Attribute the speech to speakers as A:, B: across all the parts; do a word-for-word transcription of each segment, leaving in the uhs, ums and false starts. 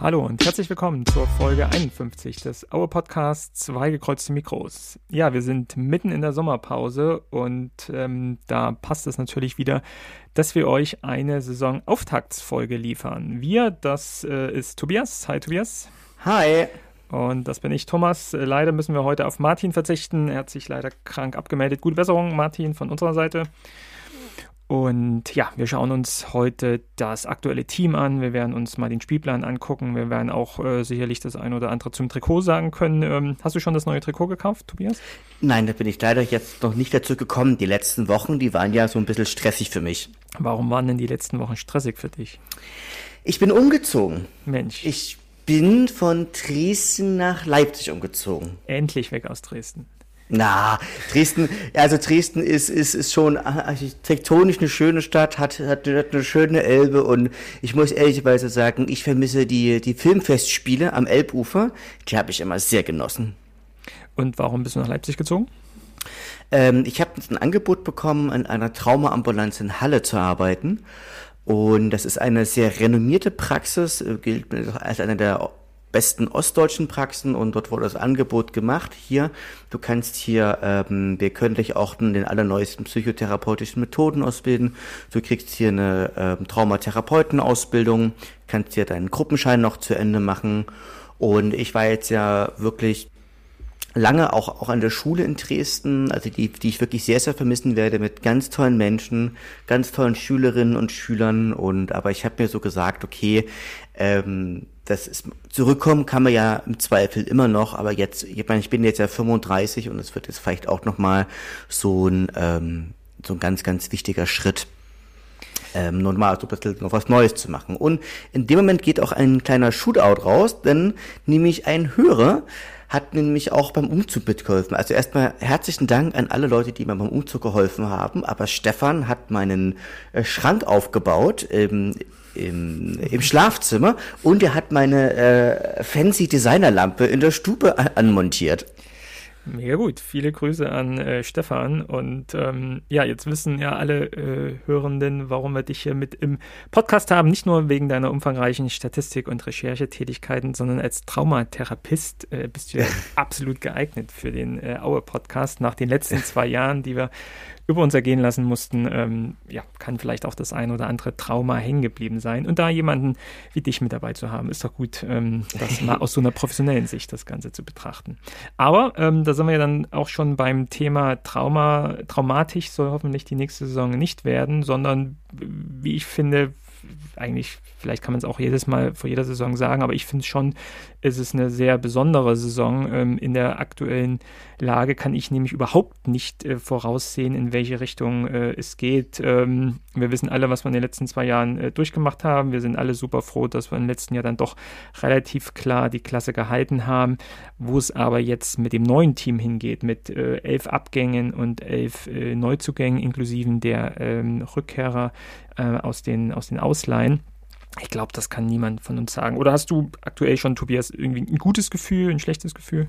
A: Hallo und herzlich willkommen zur Folge einundfünfzig des Aue Podcasts Zwei gekreuzte Mikros. Ja, wir sind mitten in der Sommerpause und ähm, da passt es natürlich wieder, dass wir euch eine Saisonauftaktsfolge liefern. Wir, das äh, ist Tobias. Hi Tobias.
B: Hi.
A: Und das bin ich, Thomas. Äh, leider müssen wir heute auf Martin verzichten. Er hat sich leider krank abgemeldet. Gute Besserung, Martin, von unserer Seite. Und ja, wir schauen uns heute das aktuelle Team an. Wir werden uns mal den Spielplan angucken. Wir werden auch äh, sicherlich das ein oder andere zum Trikot sagen können. Ähm, hast du schon das neue Trikot gekauft, Tobias?
B: Nein, da bin ich leider jetzt noch nicht dazu gekommen. Die letzten Wochen, die waren ja so ein bisschen stressig für mich.
A: Warum waren denn die letzten Wochen stressig für dich?
B: Ich bin umgezogen.
A: Mensch.
B: Ich bin von Dresden nach Leipzig umgezogen.
A: Endlich weg aus Dresden.
B: Na, Dresden, also Dresden ist, ist, ist schon architektonisch eine schöne Stadt, hat, hat, hat eine schöne Elbe und ich muss ehrlicherweise sagen, ich vermisse die, die Filmfestspiele am Elbufer, die habe ich immer sehr genossen.
A: Und warum bist du nach Leipzig gezogen?
B: Ähm, ich habe ein Angebot bekommen, an einer Traumaambulanz in Halle zu arbeiten und das ist eine sehr renommierte Praxis, gilt als eine der besten ostdeutschen Praxen und dort wurde das Angebot gemacht. Hier, du kannst hier, ähm, wir können dich auch in den allerneuesten psychotherapeutischen Methoden ausbilden. Du kriegst hier eine ähm, Traumatherapeutenausbildung, kannst hier deinen Gruppenschein noch zu Ende machen. Und ich war jetzt ja wirklich lange auch auch an der Schule in Dresden, also die die ich wirklich sehr, sehr vermissen werde, mit ganz tollen Menschen, ganz tollen Schülerinnen und Schülern. Und aber ich habe mir so gesagt, okay, ähm, das ist, zurückkommen kann man ja im Zweifel immer noch, aber jetzt, ich meine, ich bin jetzt ja fünfunddreißig und es wird jetzt vielleicht auch nochmal so ein, ähm, so ein ganz, ganz wichtiger Schritt, ähm, nun mal so ein bisschen noch was Neues zu machen. Und in dem Moment geht auch ein kleiner Shootout raus, denn nämlich ein Hörer hat nämlich auch beim Umzug mitgeholfen. Also erstmal herzlichen Dank an alle Leute, die mir beim Umzug geholfen haben, aber Stefan hat meinen äh, Schrank aufgebaut, ähm, Im, im Schlafzimmer und er hat meine äh, fancy Designerlampe in der Stube an- anmontiert.
A: Mega gut, viele Grüße an äh, Stefan und ähm, ja, jetzt wissen ja alle äh, Hörenden, warum wir dich hier mit im Podcast haben, nicht nur wegen deiner umfangreichen Statistik- und Recherchetätigkeiten, sondern als Traumatherapeut äh, bist du ja absolut geeignet für den äh, Aue-Podcast. Nach den letzten zwei Jahren, die wir über uns ergehen lassen mussten, ähm, ja, kann vielleicht auch das ein oder andere Trauma hängen geblieben sein. Und da jemanden wie dich mit dabei zu haben, ist doch gut, ähm, das mal aus so einer professionellen Sicht das Ganze zu betrachten. Aber ähm, da sind wir ja dann auch schon beim Thema Trauma. Traumatisch soll hoffentlich die nächste Saison nicht werden, sondern, wie ich finde, eigentlich, vielleicht kann man es auch jedes Mal vor jeder Saison sagen, aber ich finde schon, es ist eine sehr besondere Saison. Ähm, in der aktuellen Lage kann ich nämlich überhaupt nicht äh, voraussehen, in welche Richtung äh, es geht. Ähm, wir wissen alle, was wir in den letzten zwei Jahren äh, durchgemacht haben. Wir sind alle super froh, dass wir im letzten Jahr dann doch relativ klar die Klasse gehalten haben. Wo es aber jetzt mit dem neuen Team hingeht, mit äh, elf Abgängen und elf äh, Neuzugängen inklusive der ähm, Rückkehrer äh, aus den, aus den Ausleihen. Ich glaube, das kann niemand von uns sagen. Oder hast du aktuell schon, Tobias, irgendwie ein gutes Gefühl, ein schlechtes Gefühl?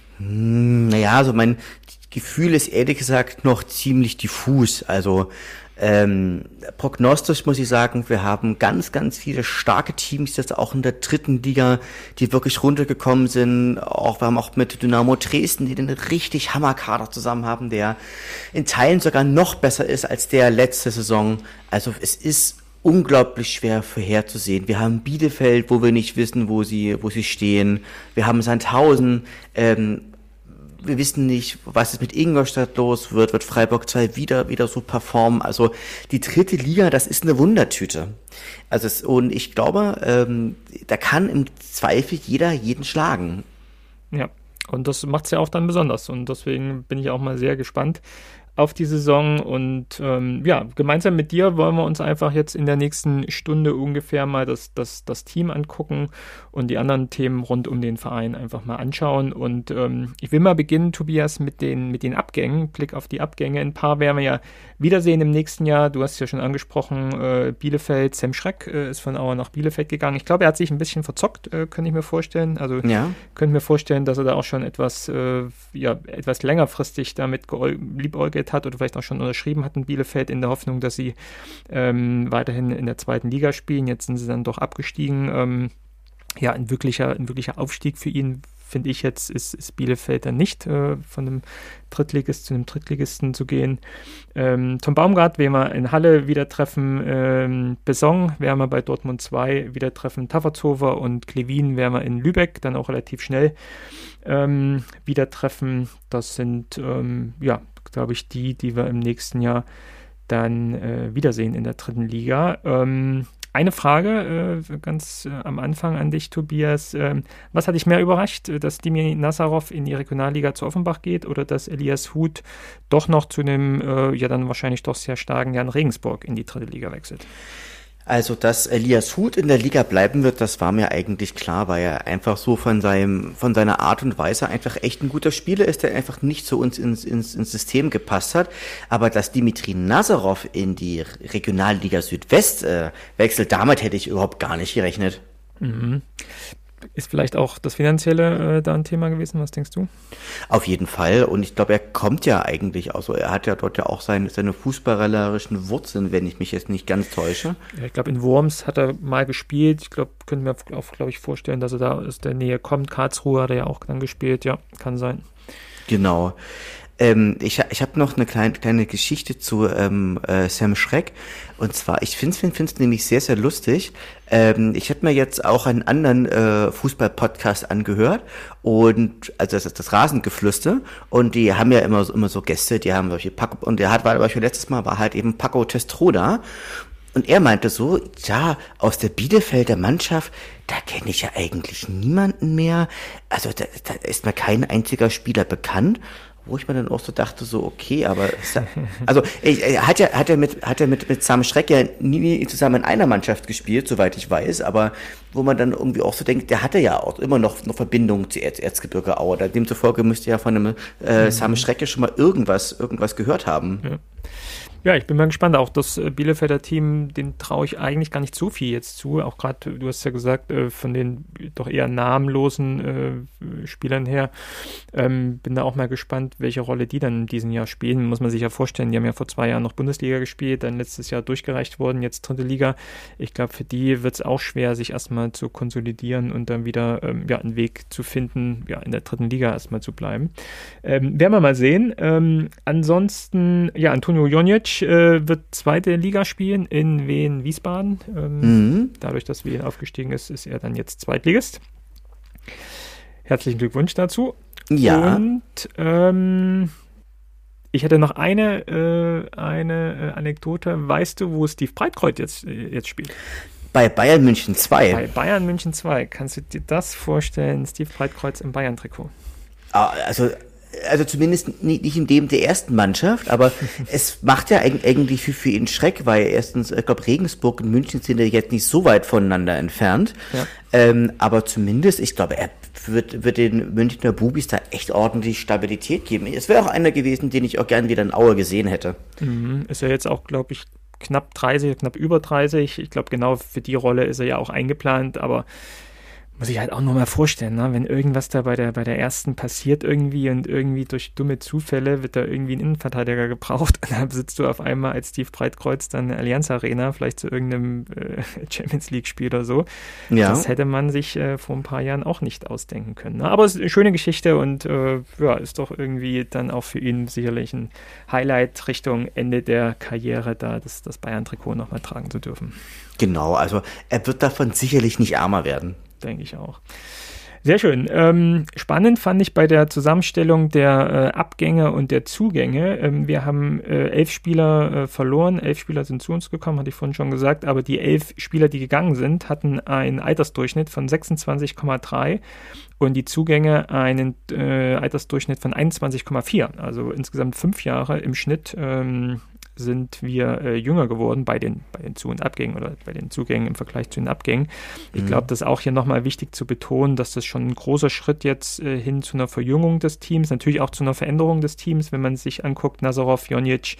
B: Hm, naja, also mein Gefühl ist ehrlich gesagt noch ziemlich diffus. Also ähm, prognostisch muss ich sagen, wir haben ganz, ganz viele starke Teams jetzt auch in der dritten Liga, die wirklich runtergekommen sind. Auch wir haben auch mit Dynamo Dresden, die den richtig Hammerkader zusammen haben, der in Teilen sogar noch besser ist als der letzte Saison. Also es ist unglaublich schwer vorherzusehen. Wir haben Bielefeld, wo wir nicht wissen, wo sie, wo sie stehen. Wir haben Sandhausen. Ähm, wir wissen nicht, was ist mit Ingolstadt los wird. Wird Freiburg zwei wieder, wieder so performen? Also die dritte Liga, das ist eine Wundertüte. Also es, und ich glaube, ähm, da kann im Zweifel jeder jeden schlagen.
A: Ja, und das macht es ja auch dann besonders. Und deswegen bin ich auch mal sehr gespannt auf die Saison und ähm, ja, gemeinsam mit dir wollen wir uns einfach jetzt in der nächsten Stunde ungefähr mal das, das, das Team angucken und die anderen Themen rund um den Verein einfach mal anschauen und ähm, ich will mal beginnen, Tobias, mit den, mit den Abgängen, Blick auf die Abgänge. Ein paar werden wir ja wiedersehen im nächsten Jahr. Du hast ja schon angesprochen, äh, Bielefeld, Sam Schreck äh, ist von Auer nach Bielefeld gegangen. Ich glaube, er hat sich ein bisschen verzockt, äh, könnte ich mir vorstellen. Also
B: ja.
A: Könnte mir vorstellen, dass er da auch schon etwas, äh, ja, etwas längerfristig damit liebäugelt hat oder vielleicht auch schon unterschrieben hat in Bielefeld in der Hoffnung, dass sie ähm, weiterhin in der zweiten Liga spielen. Jetzt sind sie dann doch abgestiegen. Ähm, ja, ein wirklicher, ein wirklicher Aufstieg für ihn, finde ich jetzt, ist, ist Bielefeld dann nicht, äh, von einem Drittligist zu einem Drittligisten zu gehen. Ähm, Tom Baumgart werden wir in Halle wieder treffen, ähm, Besson werden wir bei Dortmund zwei wieder treffen, Taffertshofer und Klevin werden wir in Lübeck dann auch relativ schnell ähm, wieder treffen. Das sind, ähm, ja, glaube ich, die, die wir im nächsten Jahr dann äh, wiedersehen in der dritten Liga. Ähm, Eine Frage äh, ganz äh, am Anfang an dich, Tobias. Ähm, was hat dich mehr überrascht, dass Dimir Nazarov in die Regionalliga zu Offenbach geht oder dass Elias Huth doch noch zu einem, äh, ja dann wahrscheinlich doch sehr starken Jan Regensburg in die dritte Liga wechselt?
B: Also, dass Elias Huth in der Liga bleiben wird, das war mir eigentlich klar, weil er einfach so von seinem, von seiner Art und Weise einfach echt ein guter Spieler ist, der einfach nicht zu uns ins, ins, ins System gepasst hat. Aber dass Dimitri Nazarov in die Regionalliga Südwest äh, wechselt, damit hätte ich überhaupt gar nicht gerechnet.
A: Mhm. Ist vielleicht auch das Finanzielle äh, da ein Thema gewesen? Was denkst du?
B: Auf jeden Fall. Und ich glaube, er kommt ja eigentlich auch so. Er hat ja dort ja auch seine, seine fußballerischen Wurzeln, wenn ich mich jetzt nicht ganz täusche.
A: Ja, ich glaube, in Worms hat er mal gespielt. Ich glaube, können wir auch, glaube ich, vorstellen, dass er da aus der Nähe kommt. Karlsruhe hat er ja auch dann gespielt. Ja, kann sein.
B: Genau. Ähm, ich ich habe noch eine kleine, kleine Geschichte zu ähm, äh, Sam Schreck. Und zwar, ich finde es find, nämlich sehr, sehr lustig. Ähm, ich habe mir jetzt auch einen anderen äh, Fußball-Podcast angehört. Und also das ist das Rasengeflüster. Und die haben ja immer so, immer so Gäste, die haben solche Paco, und der hat, war zum letztes Mal war halt eben Paco Testroda. Und er meinte so, ja, aus der Bielefelder Mannschaft, da kenne ich ja eigentlich niemanden mehr. Also da, da ist mir kein einziger Spieler bekannt. Wo ich mir dann auch so dachte, so okay, aber also er hat ja hat er mit hat er mit mit Sam Schreck ja nie, nie zusammen in einer Mannschaft gespielt, soweit ich weiß, aber wo man dann irgendwie auch so denkt, der hatte ja auch immer noch eine Verbindung zu Erz, Erzgebirge Aue. Demzufolge müsste ja von einem äh, mhm. Sam Schreck ja schon mal irgendwas irgendwas gehört haben.
A: Ja. Ja, ich bin mal gespannt. Auch das Bielefelder Team, den traue ich eigentlich gar nicht so viel jetzt zu. Auch gerade, du hast ja gesagt, von den doch eher namenlosen äh, Spielern her. Ähm, bin da auch mal gespannt, welche Rolle die dann in diesem Jahr spielen. Muss man sich ja vorstellen, die haben ja vor zwei Jahren noch Bundesliga gespielt, dann letztes Jahr durchgereicht worden, jetzt dritte Liga. Ich glaube, für die wird es auch schwer, sich erstmal zu konsolidieren und dann wieder ähm, ja, einen Weg zu finden, ja, in der dritten Liga erstmal zu bleiben. Ähm, werden wir mal sehen. Ähm, ansonsten, ja, Antonio Jonic wird zweite Liga spielen in Wien-Wiesbaden. Ähm, mhm. Dadurch, dass Wien aufgestiegen ist, ist er dann jetzt Zweitligist. Herzlichen Glückwunsch dazu.
B: Ja.
A: Und ähm, ich hätte noch eine, äh, eine Anekdote. Weißt du, wo Steve Breitkreuz jetzt, jetzt spielt?
B: Bei Bayern München zwei.
A: Bei Bayern München zwei. Kannst du dir das vorstellen, Steve Breitkreuz im Bayern-Trikot?
B: Ah, also Also zumindest nicht, nicht in dem der ersten Mannschaft, aber es macht ja eigentlich für, für ihn Schreck, weil erstens, ich glaube, Regensburg und München sind ja jetzt nicht so weit voneinander entfernt. Ja. Ähm, aber zumindest, ich glaube, er wird, wird den Münchner Bubis da echt ordentlich Stabilität geben. Es wäre auch einer gewesen, den ich auch gern wieder in Aue gesehen hätte.
A: Mhm. Ist ja jetzt auch, glaube ich, knapp dreißig, knapp über dreißig. Ich glaube, genau für die Rolle ist er ja auch eingeplant, aber muss ich halt auch nur mal vorstellen, ne? Wenn irgendwas da bei der, bei der ersten passiert irgendwie und irgendwie durch dumme Zufälle wird da irgendwie ein Innenverteidiger gebraucht und dann sitzt du auf einmal als Steve Breitkreuz dann in der Allianz Arena, vielleicht zu irgendeinem äh, Champions League Spiel oder so. Ja. Das hätte man sich äh, vor ein paar Jahren auch nicht ausdenken können. Ne? Aber es ist eine schöne Geschichte und äh, ja, ist doch irgendwie dann auch für ihn sicherlich ein Highlight Richtung Ende der Karriere, da das, das Bayern-Trikot nochmal tragen zu dürfen.
B: Genau, also er wird davon sicherlich nicht ärmer werden.
A: Denke ich auch. Sehr schön. Ähm, spannend fand ich bei der Zusammenstellung der äh, Abgänge und der Zugänge. Ähm, wir haben äh, elf Spieler äh, verloren, elf Spieler sind zu uns gekommen, hatte ich vorhin schon gesagt, aber die elf Spieler, die gegangen sind, hatten einen Altersdurchschnitt von sechsundzwanzig Komma drei und die Zugänge einen äh, Altersdurchschnitt von einundzwanzig Komma vier. Also insgesamt fünf Jahre im Schnitt ähm, sind wir äh, jünger geworden bei den, bei den Zu- und Abgängen oder bei den Zugängen im Vergleich zu den Abgängen. Ich glaube, das ist auch hier nochmal wichtig zu betonen, dass das schon ein großer Schritt jetzt äh, hin zu einer Verjüngung des Teams, natürlich auch zu einer Veränderung des Teams, wenn man sich anguckt, Nazarov, Jonic,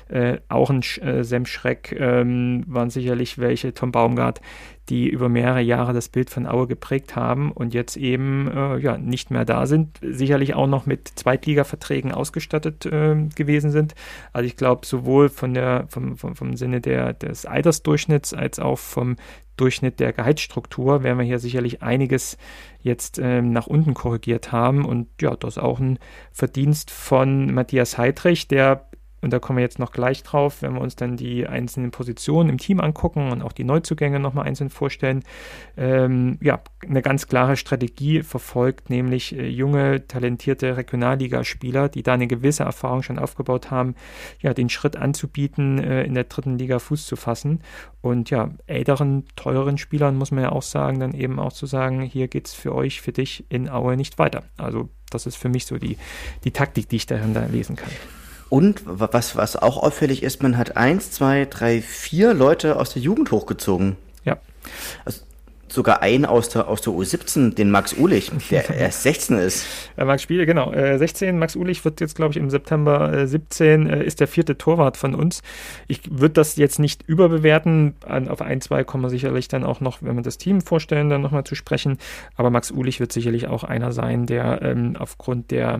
A: äh, auch ein äh, Sam Schreck, ähm, waren sicherlich welche, Tom Baumgart, die über mehrere Jahre das Bild von Aue geprägt haben und jetzt eben äh, ja nicht mehr da sind, sicherlich auch noch mit Zweitliga-Verträgen ausgestattet äh, gewesen sind. Also ich glaube, sowohl von der, vom, vom, vom Sinne der, des Altersdurchschnitts als auch vom Durchschnitt der Gehaltsstruktur werden wir hier sicherlich einiges jetzt ähm, nach unten korrigiert haben. Und ja, das ist auch ein Verdienst von Matthias Heidrich, der, und da kommen wir jetzt noch gleich drauf, wenn wir uns dann die einzelnen Positionen im Team angucken und auch die Neuzugänge nochmal einzeln vorstellen, ähm, ja, eine ganz klare Strategie verfolgt, nämlich äh, junge, talentierte Regionalligaspieler, die da eine gewisse Erfahrung schon aufgebaut haben, ja, den Schritt anzubieten, äh, in der dritten Liga Fuß zu fassen. Und ja, älteren, teureren Spielern muss man ja auch sagen, dann eben auch zu sagen, hier geht's für euch, für dich in Aue nicht weiter. Also das ist für mich so die, die Taktik, die ich darin da lesen kann.
B: Und was, was auch auffällig ist, man hat eins, zwei, drei, vier Leute aus der Jugend hochgezogen.
A: Ja.
B: Also sogar einen aus der, aus der U siebzehn, den Max Uhlich, der erst sechzehn ist.
A: Ja, Max Spiele, genau. Äh, sechzehn, Max Uhlich wird jetzt, glaube ich, im September äh, siebzehn, äh, ist der vierte Torwart von uns. Ich würde das jetzt nicht überbewerten. An, auf ein, zwei kommen wir sicherlich dann auch noch, wenn wir das Team vorstellen, dann nochmal zu sprechen. Aber Max Uhlich wird sicherlich auch einer sein, der ähm, aufgrund der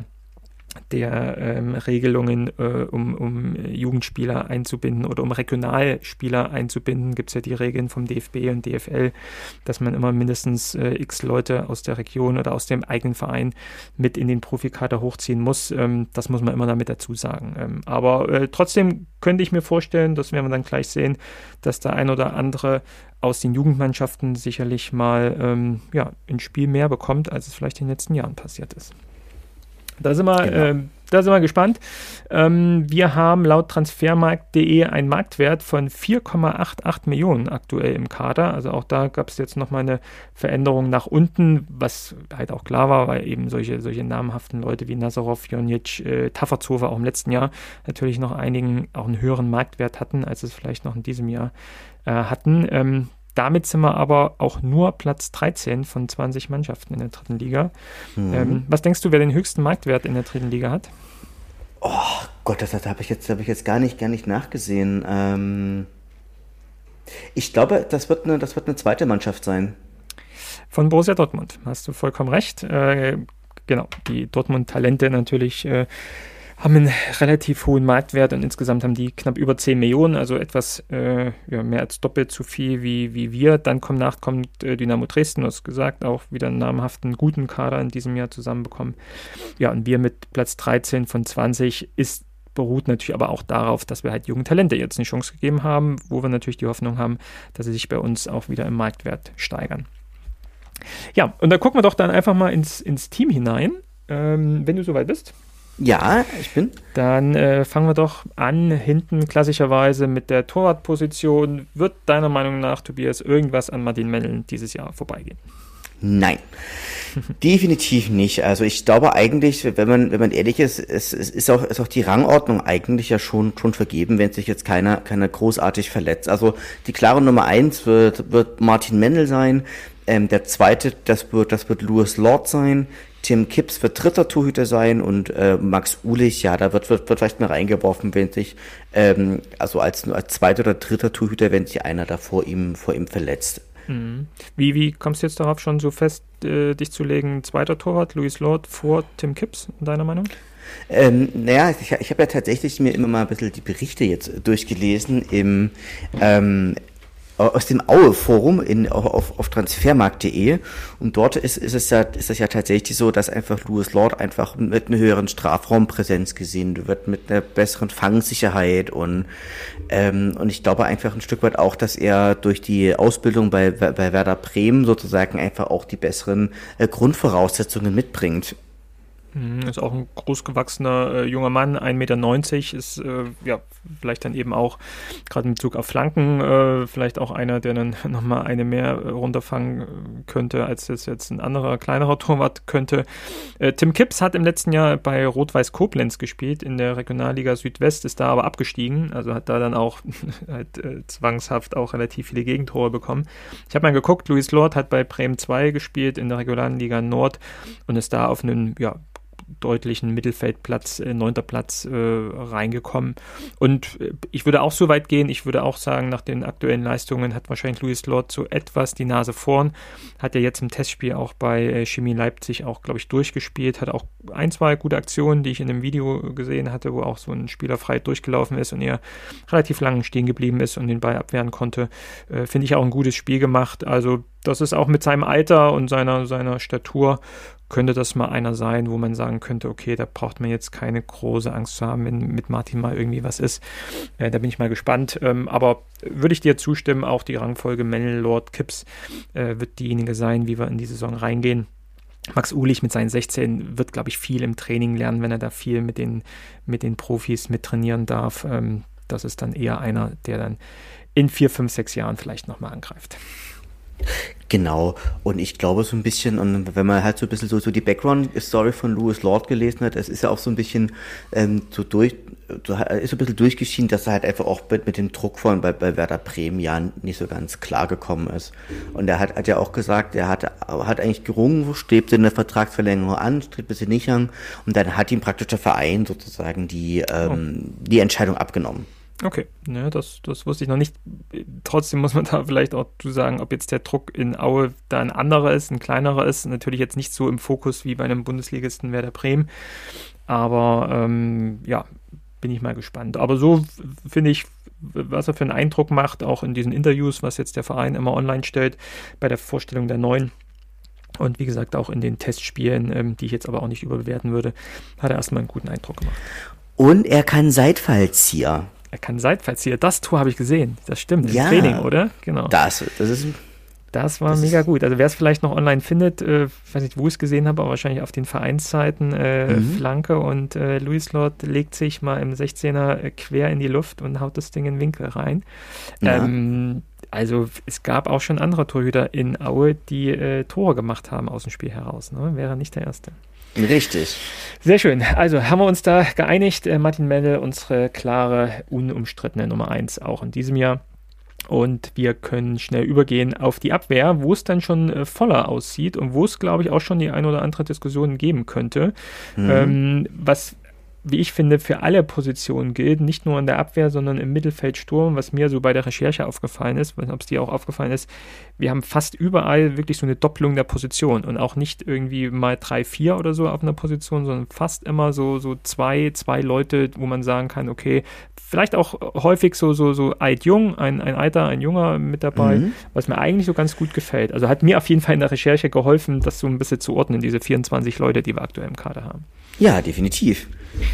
A: der ähm, Regelungen, äh, um, um Jugendspieler einzubinden oder um Regionalspieler einzubinden, gibt es ja die Regeln vom D F B und D F L, dass man immer mindestens äh, x Leute aus der Region oder aus dem eigenen Verein mit in den Profikader hochziehen muss. Ähm, das muss man immer damit dazu sagen. Ähm, aber äh, trotzdem könnte ich mir vorstellen, das werden wir dann gleich sehen, dass der ein oder andere aus den Jugendmannschaften sicherlich mal ähm, ja, ein Spiel mehr bekommt, als es vielleicht in den letzten Jahren passiert ist. Da sind wir, genau. äh, da sind wir gespannt. Ähm, wir haben laut transfermarkt punkt de einen Marktwert von vier Komma achtundachtzig Millionen aktuell im Kader. Also auch da gab es jetzt nochmal eine Veränderung nach unten, was halt auch klar war, weil eben solche, solche namhaften Leute wie Nazarov, Jonic, äh, Tafazova auch im letzten Jahr natürlich noch einigen auch einen höheren Marktwert hatten, als es vielleicht noch in diesem Jahr äh, hatten. Ähm, Damit sind wir aber auch nur Platz dreizehn von zwanzig Mannschaften in der dritten Liga. Mhm. Ähm, was denkst du, wer den höchsten Marktwert in der dritten Liga hat?
B: Oh Gott, das, das habe ich jetzt, hab ich jetzt gar nicht, gar nicht nachgesehen. Ähm, ich glaube, das wird, eine, das wird eine zweite Mannschaft sein.
A: Von Borussia Dortmund, hast du vollkommen recht. Äh, genau, die Dortmund-Talente natürlich äh, haben einen relativ hohen Marktwert und insgesamt haben die knapp über zehn Millionen, also etwas äh, ja, mehr als doppelt so viel wie, wie wir. Dann kommt nach, kommt äh, Dynamo Dresden, du hast gesagt, auch wieder einen namhaften, guten Kader in diesem Jahr zusammenbekommen. Ja, und wir mit Platz dreizehn von zwanzig ist beruht natürlich aber auch darauf, dass wir halt jungen Talente jetzt eine Chance gegeben haben, wo wir natürlich die Hoffnung haben, dass sie sich bei uns auch wieder im Marktwert steigern. Ja, und da gucken wir doch dann einfach mal ins, ins Team hinein, ähm, wenn du soweit bist.
B: Ja, ich bin.
A: Dann äh, fangen wir doch an, hinten klassischerweise mit der Torwartposition. Wird deiner Meinung nach, Tobias, irgendwas an Martin Mennel dieses Jahr vorbeigehen?
B: Nein, definitiv nicht. Also ich glaube eigentlich, wenn man wenn man ehrlich ist, es, es ist auch ist auch die Rangordnung eigentlich ja schon schon vergeben, wenn sich jetzt keiner keiner großartig verletzt. Also die klare Nummer eins wird wird Martin Mennel sein. Ähm, der zweite, das wird das wird Louis Lord sein. Tim Kipps wird dritter Torhüter sein und äh, Max Uhlich, ja, da wird, wird wird vielleicht mal reingeworfen, wenn sich ähm, also als als zweiter oder dritter Torhüter, wenn sich einer da vor ihm vor ihm verletzt.
A: Mhm. Wie wie kommst du jetzt darauf schon so fest, äh, dich zu legen, zweiter Torwart Louis Lord vor Tim Kipps, in deiner Meinung?
B: Ähm, naja, ich, ich habe ja tatsächlich mir immer mal ein bisschen die Berichte jetzt durchgelesen im ähm, aus dem Aue-Forum in, auf, auf transfermarkt punkt de und dort ist, ist es ja, ist es ja tatsächlich so, dass einfach Louis Lord einfach mit einer höheren Strafraumpräsenz gesehen wird, mit einer besseren Fangsicherheit und, ähm, und ich glaube einfach ein Stück weit auch, dass er durch die Ausbildung bei, bei Werder Bremen sozusagen einfach auch die besseren äh, Grundvoraussetzungen mitbringt.
A: Ist auch ein großgewachsener äh, junger Mann, ein Meter neunzig, ist äh, ja vielleicht dann eben auch, gerade in Bezug auf Flanken, äh, vielleicht auch einer, der dann nochmal eine mehr äh, runterfangen könnte, als es jetzt ein anderer, kleinerer Torwart könnte. Äh, Tim Kipps hat im letzten Jahr bei Rot-Weiß Koblenz gespielt, in der Regionalliga Südwest, ist da aber abgestiegen, also hat da dann auch halt, äh, zwangshaft auch relativ viele Gegentore bekommen. Ich habe mal geguckt, Louis Lord hat bei Bremen zwei gespielt, in der Regionalliga Nord und ist da auf einen, ja, deutlichen Mittelfeldplatz, äh, neunter Platz äh, reingekommen. Und äh, ich würde auch so weit gehen, ich würde auch sagen, nach den aktuellen Leistungen hat wahrscheinlich Louis Lord so etwas die Nase vorn, hat ja jetzt im Testspiel auch bei äh, Chemie Leipzig auch, glaube ich, durchgespielt, hat auch ein, zwei gute Aktionen, die ich in einem Video gesehen hatte, wo auch so ein Spieler frei durchgelaufen ist und er relativ lang stehen geblieben ist und den Ball abwehren konnte. Äh, finde ich auch ein gutes Spiel gemacht. Also das ist auch mit seinem Alter und seiner, seiner Statur, könnte das mal einer sein, wo man sagen könnte, okay, da braucht man jetzt keine große Angst zu haben, wenn mit Martin mal irgendwie was ist. Äh, da bin ich mal gespannt. Ähm, aber würde ich dir zustimmen, auch die Rangfolge Mennel, Lord, Kipps äh, wird diejenige sein, wie wir in die Saison reingehen. Max Uhlich mit seinen sechzehn wird, glaube ich, viel im Training lernen, wenn er da viel mit den, mit den Profis mittrainieren darf. Ähm, das ist dann eher einer, der dann in vier, fünf, sechs Jahren vielleicht nochmal angreift.
B: Genau, und ich glaube so ein bisschen, und wenn man halt so ein bisschen so, so die Background-Story von Louis Lord gelesen hat, es ist ja auch so ein bisschen ähm, so durch, so, ist so ein bisschen durchgeschieden, dass er halt einfach auch mit, mit dem Druck von bei, bei Werder Bremen ja nicht so ganz klar gekommen ist. Und er hat, hat ja auch gesagt, er hat, hat eigentlich gerungen, strebte eine Vertragsverlängerung an, strebte sie nicht an, und dann hat ihm praktisch der Verein sozusagen die, ähm, oh. die Entscheidung abgenommen.
A: Okay, ja, das, das wusste ich noch nicht. Trotzdem muss man da vielleicht auch zu sagen, ob jetzt der Druck in Aue da ein anderer ist, ein kleinerer ist. Natürlich jetzt nicht so im Fokus wie bei einem Bundesligisten Werder Bremen. Aber ähm, ja, bin ich mal gespannt. Aber so finde ich, was er für einen Eindruck macht, auch in diesen Interviews, was jetzt der Verein immer online stellt, bei der Vorstellung der Neuen. Und wie gesagt, auch in den Testspielen, ähm, die ich jetzt aber auch nicht überbewerten würde, hat er erstmal einen guten Eindruck gemacht.
B: Und er kann Seitfallzieher.
A: Er kann Seitfallzieher. Das Tor habe ich gesehen. Das stimmt.
B: Ja,
A: im Training, oder? Genau.
B: Das, das ist.
A: Das war
B: das
A: mega
B: ist,
A: gut. Also wer es vielleicht noch online findet, äh, weiß nicht, wo ich es gesehen habe, aber wahrscheinlich auf den Vereinsseiten, äh, mhm. Flanke und äh, Louis Lord legt sich mal im sechzehner äh, quer in die Luft und haut das Ding in den Winkel rein. Ja. Ähm, also es gab auch schon andere Torhüter in Aue, die äh, Tore gemacht haben aus dem Spiel heraus. Ne? Wäre nicht der Erste.
B: Richtig.
A: Sehr schön. Also haben wir uns da geeinigt. Äh, Martin Mennel, unsere klare, unumstrittene Nummer eins auch in diesem Jahr. Und wir können schnell übergehen auf die Abwehr, wo es dann schon äh, voller aussieht und wo es, glaube ich, auch schon die ein oder andere Diskussion geben könnte. Mhm. Ähm, was, wie ich finde, für alle Positionen gilt, nicht nur in der Abwehr, sondern im Mittelfeldsturm, was mir so bei der Recherche aufgefallen ist, ob es dir auch aufgefallen ist, wir haben fast überall wirklich so eine Doppelung der Position und auch nicht irgendwie mal drei, vier oder so auf einer Position, sondern fast immer so, so zwei, zwei Leute, wo man sagen kann, okay, vielleicht auch häufig so, so, so alt-jung, ein, ein Alter, ein Junger mit dabei, mhm. was mir eigentlich so ganz gut gefällt. Also hat mir auf jeden Fall in der Recherche geholfen, das so ein bisschen zu ordnen, diese vierundzwanzig Leute, die wir aktuell im Kader haben.
B: Ja, definitiv.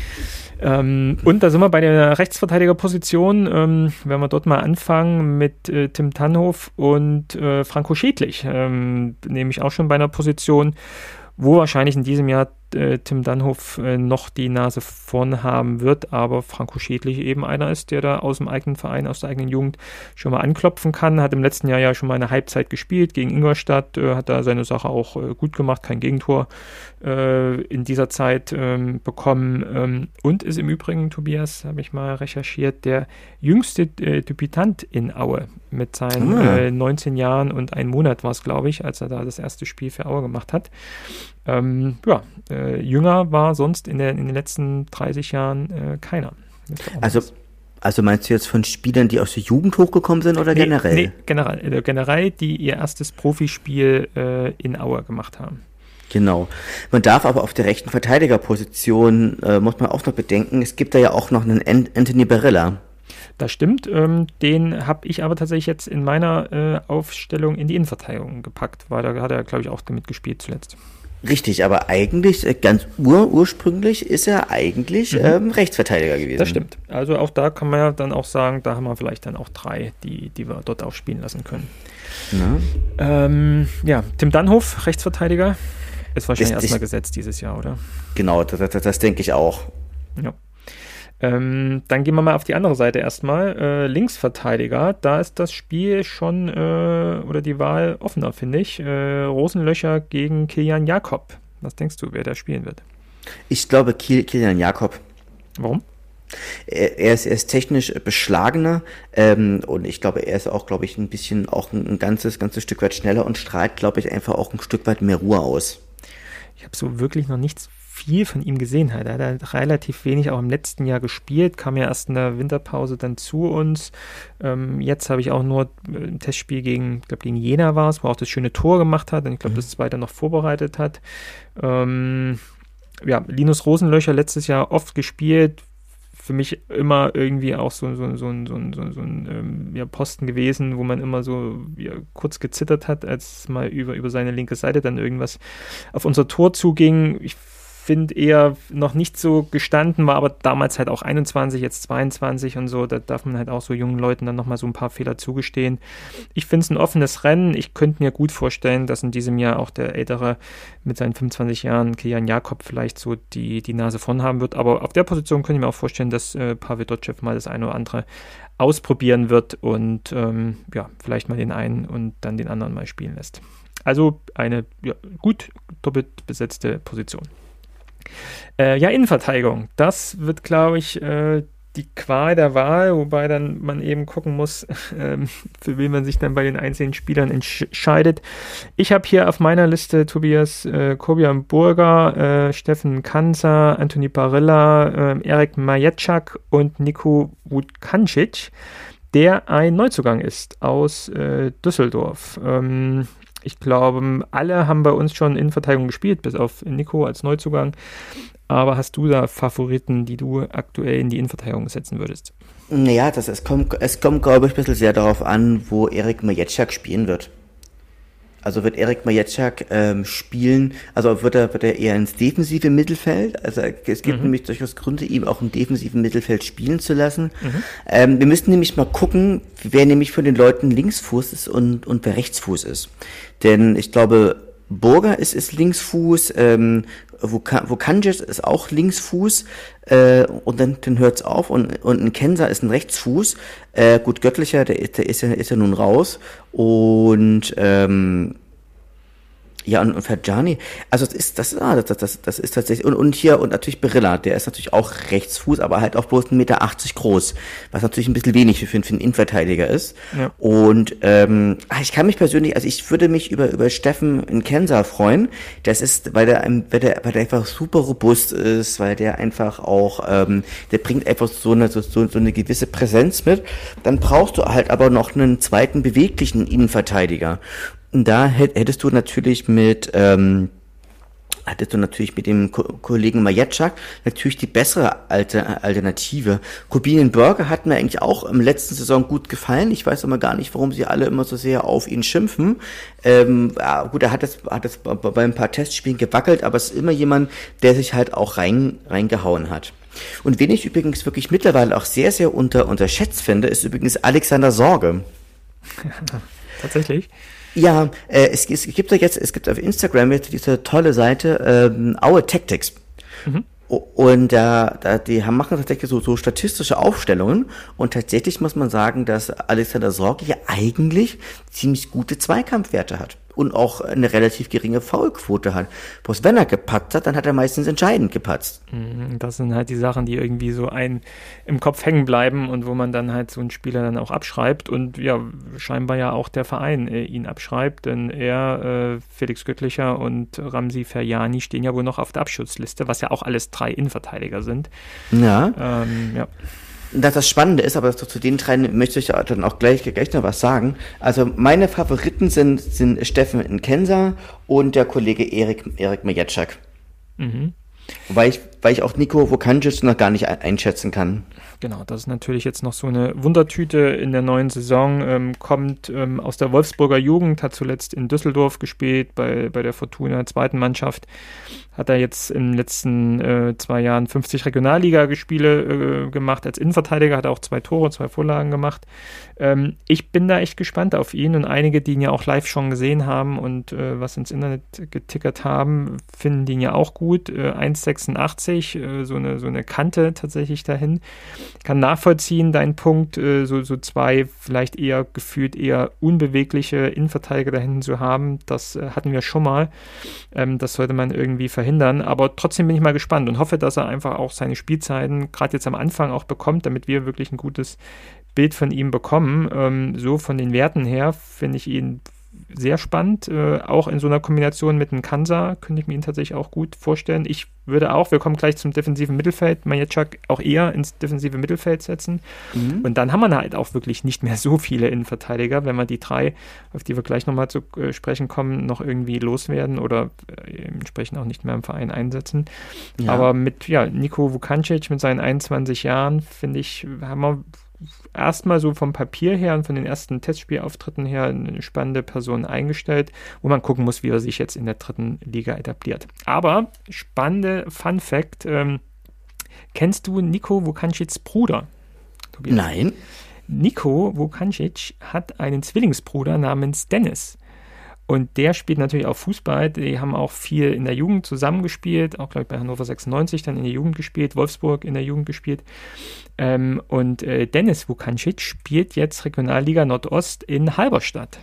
A: Ähm, und da sind wir bei der Rechtsverteidigerposition, ähm, wenn wir dort mal anfangen mit äh, Tim Tannhoff und äh, Franco Schädlich, ähm, nämlich auch schon bei einer Position, wo wahrscheinlich in diesem Jahr äh, Tim Tannhoff äh, noch die Nase vorn haben wird, aber Franco Schädlich eben einer ist, der da aus dem eigenen Verein, aus der eigenen Jugend schon mal anklopfen kann, hat im letzten Jahr ja schon mal eine Halbzeit gespielt gegen Ingolstadt, äh, hat da seine Sache auch äh, gut gemacht, kein Gegentor äh, in dieser Zeit ähm, bekommen ähm, und ist im Übrigen, Tobias, habe ich mal recherchiert, der jüngste äh, Debütant in Aue mit seinen ah. äh, neunzehn Jahren und ein Monat war es, glaube ich, als er da das erste Spiel für Aue gemacht hat. Ähm, ja, äh, jünger war sonst in, der, in den letzten dreißig Jahren äh, keiner.
B: Also, also meinst du jetzt von Spielern, die aus der Jugend hochgekommen sind oder nee, generell?
A: Nee, generell, äh, generell, die ihr erstes Profispiel äh, in Aue gemacht haben.
B: Genau. Man darf aber auf der rechten Verteidigerposition, äh, muss man auch noch bedenken, es gibt da ja auch noch einen Anthony Barilla.
A: Das stimmt, ähm, den habe ich aber tatsächlich jetzt in meiner äh, Aufstellung in die Innenverteidigung gepackt, weil da hat er, glaube ich, auch mitgespielt zuletzt.
B: Richtig, aber eigentlich, ganz ur, ursprünglich ist er eigentlich mhm. ähm, Rechtsverteidiger gewesen.
A: Das stimmt. Also auch da kann man ja dann auch sagen, da haben wir vielleicht dann auch drei, die, die wir dort auch spielen lassen können. Ja, ähm, ja Tim Tannhoff, Rechtsverteidiger, ist wahrscheinlich erstmal gesetzt dieses Jahr, oder?
B: Genau, das, das, das denke ich auch. Ja.
A: Ähm, dann gehen wir mal auf die andere Seite erstmal. Äh, Linksverteidiger, da ist das Spiel schon äh, oder die Wahl offener, finde ich. Äh, Rosenlöcher gegen Kilian Jakob. Was denkst du, wer da spielen wird?
B: Ich glaube Kil- Kilian Jakob.
A: Warum?
B: Er, er, ist, er ist technisch beschlagener ähm, und ich glaube, er ist auch, glaube ich, ein bisschen auch ein, ein ganzes, ganzes Stück weit schneller und strahlt, glaube ich, einfach auch ein Stück weit mehr Ruhe aus.
A: Ich habe so wirklich noch nichts viel von ihm gesehen hat. Er hat halt relativ wenig auch im letzten Jahr gespielt, kam ja erst in der Winterpause dann zu uns. Ähm, jetzt habe ich auch nur ein Testspiel gegen, ich glaube gegen Jena war es, wo er auch das schöne Tor gemacht hat und ich glaube, mhm. das zweite noch vorbereitet hat. Ähm, ja, Linus Rosenlöcher letztes Jahr oft gespielt, für mich immer irgendwie auch so, so, so, so, so, so, so ein ähm, ja, Posten gewesen, wo man immer so ja, kurz gezittert hat, als mal über, über seine linke Seite dann irgendwas auf unser Tor zuging. Ich finde eher noch nicht so gestanden, war aber damals halt auch einundzwanzig, jetzt zweiundzwanzig und so, da darf man halt auch so jungen Leuten dann nochmal so ein paar Fehler zugestehen. Ich finde es ein offenes Rennen, ich könnte mir gut vorstellen, dass in diesem Jahr auch der Ältere mit seinen fünfundzwanzig Jahren, Kilian Jakob, vielleicht so die, die Nase vorn haben wird, aber auf der Position könnte ich mir auch vorstellen, dass äh, Pavel Dotschew mal das eine oder andere ausprobieren wird und ähm, ja, vielleicht mal den einen und dann den anderen mal spielen lässt. Also eine ja, gut doppelt besetzte Position. Äh, ja, Innenverteidigung, das wird, glaube ich, äh, die Qual der Wahl, wobei dann man eben gucken muss, äh, für wen man sich dann bei den einzelnen Spielern entscheidet. Ich habe hier auf meiner Liste Tobias äh, Kobian Burger, äh, Steffen Kanzer, Anthony Barilla, äh, Erik Majecek und Nico Vutkancic, der ein Neuzugang ist aus äh, Düsseldorf. Ähm, Ich glaube, alle haben bei uns schon Innenverteidigung gespielt, bis auf Nico als Neuzugang. Aber hast du da Favoriten, die du aktuell in die Innenverteidigung setzen würdest?
B: Naja, das, es kommt, es kommt, glaube ich, ein bisschen sehr darauf an, wo Erik Majecek spielen wird. Also wird Erik Majecek ähm, spielen, also wird er, wird er eher ins defensive Mittelfeld, also es gibt mhm. nämlich durchaus Gründe, ihm auch im defensiven Mittelfeld spielen zu lassen. Mhm. Ähm, wir müssen nämlich mal gucken, wer nämlich von den Leuten Linksfuß ist und, und wer Rechtsfuß ist. Denn ich glaube, Burger ist, ist Linksfuß, ähm, Vutkancic ist auch Linksfuß, äh, und dann, dann hört's auf und, und ein Kenser ist ein Rechtsfuß. Äh, gut, Göttlicher, der, der ist ja, ist ja nun raus und, ähm, ja, und, und Ferjani, also das ist, das, ah, das, das, das ist tatsächlich, und, und hier, und natürlich Barilla, der ist natürlich auch Rechtsfuß, aber halt auch bloß ein Meter achtzig groß, was natürlich ein bisschen wenig für, für einen Innenverteidiger ist. Ja. Und, ähm, ich kann mich persönlich, also ich würde mich über, über Steffen Nkensa freuen, das ist, weil der, weil der, weil der einfach super robust ist, weil der einfach auch, ähm, der bringt einfach so eine, so, so eine gewisse Präsenz mit, dann brauchst du halt aber noch einen zweiten beweglichen Innenverteidiger. Da hättest du natürlich mit ähm, hattest du natürlich mit dem Ko- Kollegen Majecek natürlich die bessere Alter- Alternative. Kobian Burger hat mir eigentlich auch im letzten Saison gut gefallen. Ich weiß aber gar nicht, warum sie alle immer so sehr auf ihn schimpfen. Ähm, ja, gut, er hat es hat es bei, bei ein paar Testspielen gewackelt, aber es ist immer jemand, der sich halt auch rein reingehauen hat. Und wen ich übrigens wirklich mittlerweile auch sehr, sehr unter unterschätzt finde, ist übrigens Alexander Sorge.
A: Tatsächlich?
B: Ja, äh, es, es gibt ja jetzt, es gibt auf Instagram jetzt diese tolle Seite ähm, Our Tactics. Mhm. Und da, da die haben, machen tatsächlich so, so statistische Aufstellungen und tatsächlich muss man sagen, dass Alexander Sorge ja eigentlich ziemlich gute Zweikampfwerte hat und auch eine relativ geringe Foulquote hat. Bloß wenn er gepatzt hat, dann hat er meistens entscheidend gepatzt.
A: Das sind halt die Sachen, die irgendwie so ein im Kopf hängen bleiben und wo man dann halt so einen Spieler dann auch abschreibt und ja, scheinbar ja auch der Verein äh, ihn abschreibt, denn er, äh, Felix Göttlicher und Ramzi Ferjani stehen ja wohl noch auf der Abschutzliste, was ja auch alles drei Innenverteidiger sind.
B: Ja.
A: Ähm, ja.
B: Das das Spannende ist, aber zu den drei möchte ich dann auch gleich, gleich noch was sagen. Also meine Favoriten sind, sind Steffen Nkensa und der Kollege Erik, Erik Majecek. Mhm. Weil ich, weil ich auch Nico Vutkancic noch gar nicht einschätzen kann.
A: Genau, das ist natürlich jetzt noch so eine Wundertüte in der neuen Saison, ähm, kommt ähm, aus der Wolfsburger Jugend, hat zuletzt in Düsseldorf gespielt, bei, bei der Fortuna zweiten Mannschaft, hat er jetzt in den letzten äh, zwei Jahren fünfzig Regionalliga-Spiele äh, gemacht, als Innenverteidiger hat er auch zwei Tore, zwei Vorlagen gemacht. Ähm, ich bin da echt gespannt auf ihn und einige, die ihn ja auch live schon gesehen haben und äh, was ins Internet getickert haben, finden ihn ja auch gut, äh, eins Komma sechsundachtzig, äh, so eine so eine Kante tatsächlich dahin. Ich kann nachvollziehen, deinen Punkt, äh, so, so zwei vielleicht eher gefühlt eher unbewegliche Innenverteidiger da hinten zu haben. Das äh, hatten wir schon mal. Ähm, das sollte man irgendwie verhindern. Aber trotzdem bin ich mal gespannt und hoffe, dass er einfach auch seine Spielzeiten gerade jetzt am Anfang auch bekommt, damit wir wirklich ein gutes Bild von ihm bekommen. Ähm, so von den Werten her finde ich ihn sehr spannend, äh, auch in so einer Kombination mit einem Kansa könnte ich mir ihn tatsächlich auch gut vorstellen. Ich würde auch, wir kommen gleich zum defensiven Mittelfeld, Maječák auch eher ins defensive Mittelfeld setzen. Mhm. Und dann haben wir halt auch wirklich nicht mehr so viele Innenverteidiger, wenn wir die drei, auf die wir gleich nochmal zu äh, sprechen kommen, noch irgendwie loswerden oder äh, entsprechend auch nicht mehr im Verein einsetzen. Ja. Aber mit ja, Niko Vukancic mit seinen einundzwanzig Jahren, finde ich, haben wir erstmal so vom Papier her und von den ersten Testspielauftritten her eine spannende Person eingestellt, wo man gucken muss, wie er sich jetzt in der dritten Liga etabliert. Aber spannende Fun Fact, ähm, kennst du Niko Vukancics Bruder,
B: Tobias? Nein.
A: Niko Vukancic hat einen Zwillingsbruder namens Dennis. Und der spielt natürlich auch Fußball. Die haben auch viel in der Jugend zusammengespielt, auch, glaube ich, bei Hannover sechsundneunzig dann in der Jugend gespielt, Wolfsburg in der Jugend gespielt. Ähm, und äh, Dennis Vukancic spielt jetzt Regionalliga Nordost in Halberstadt.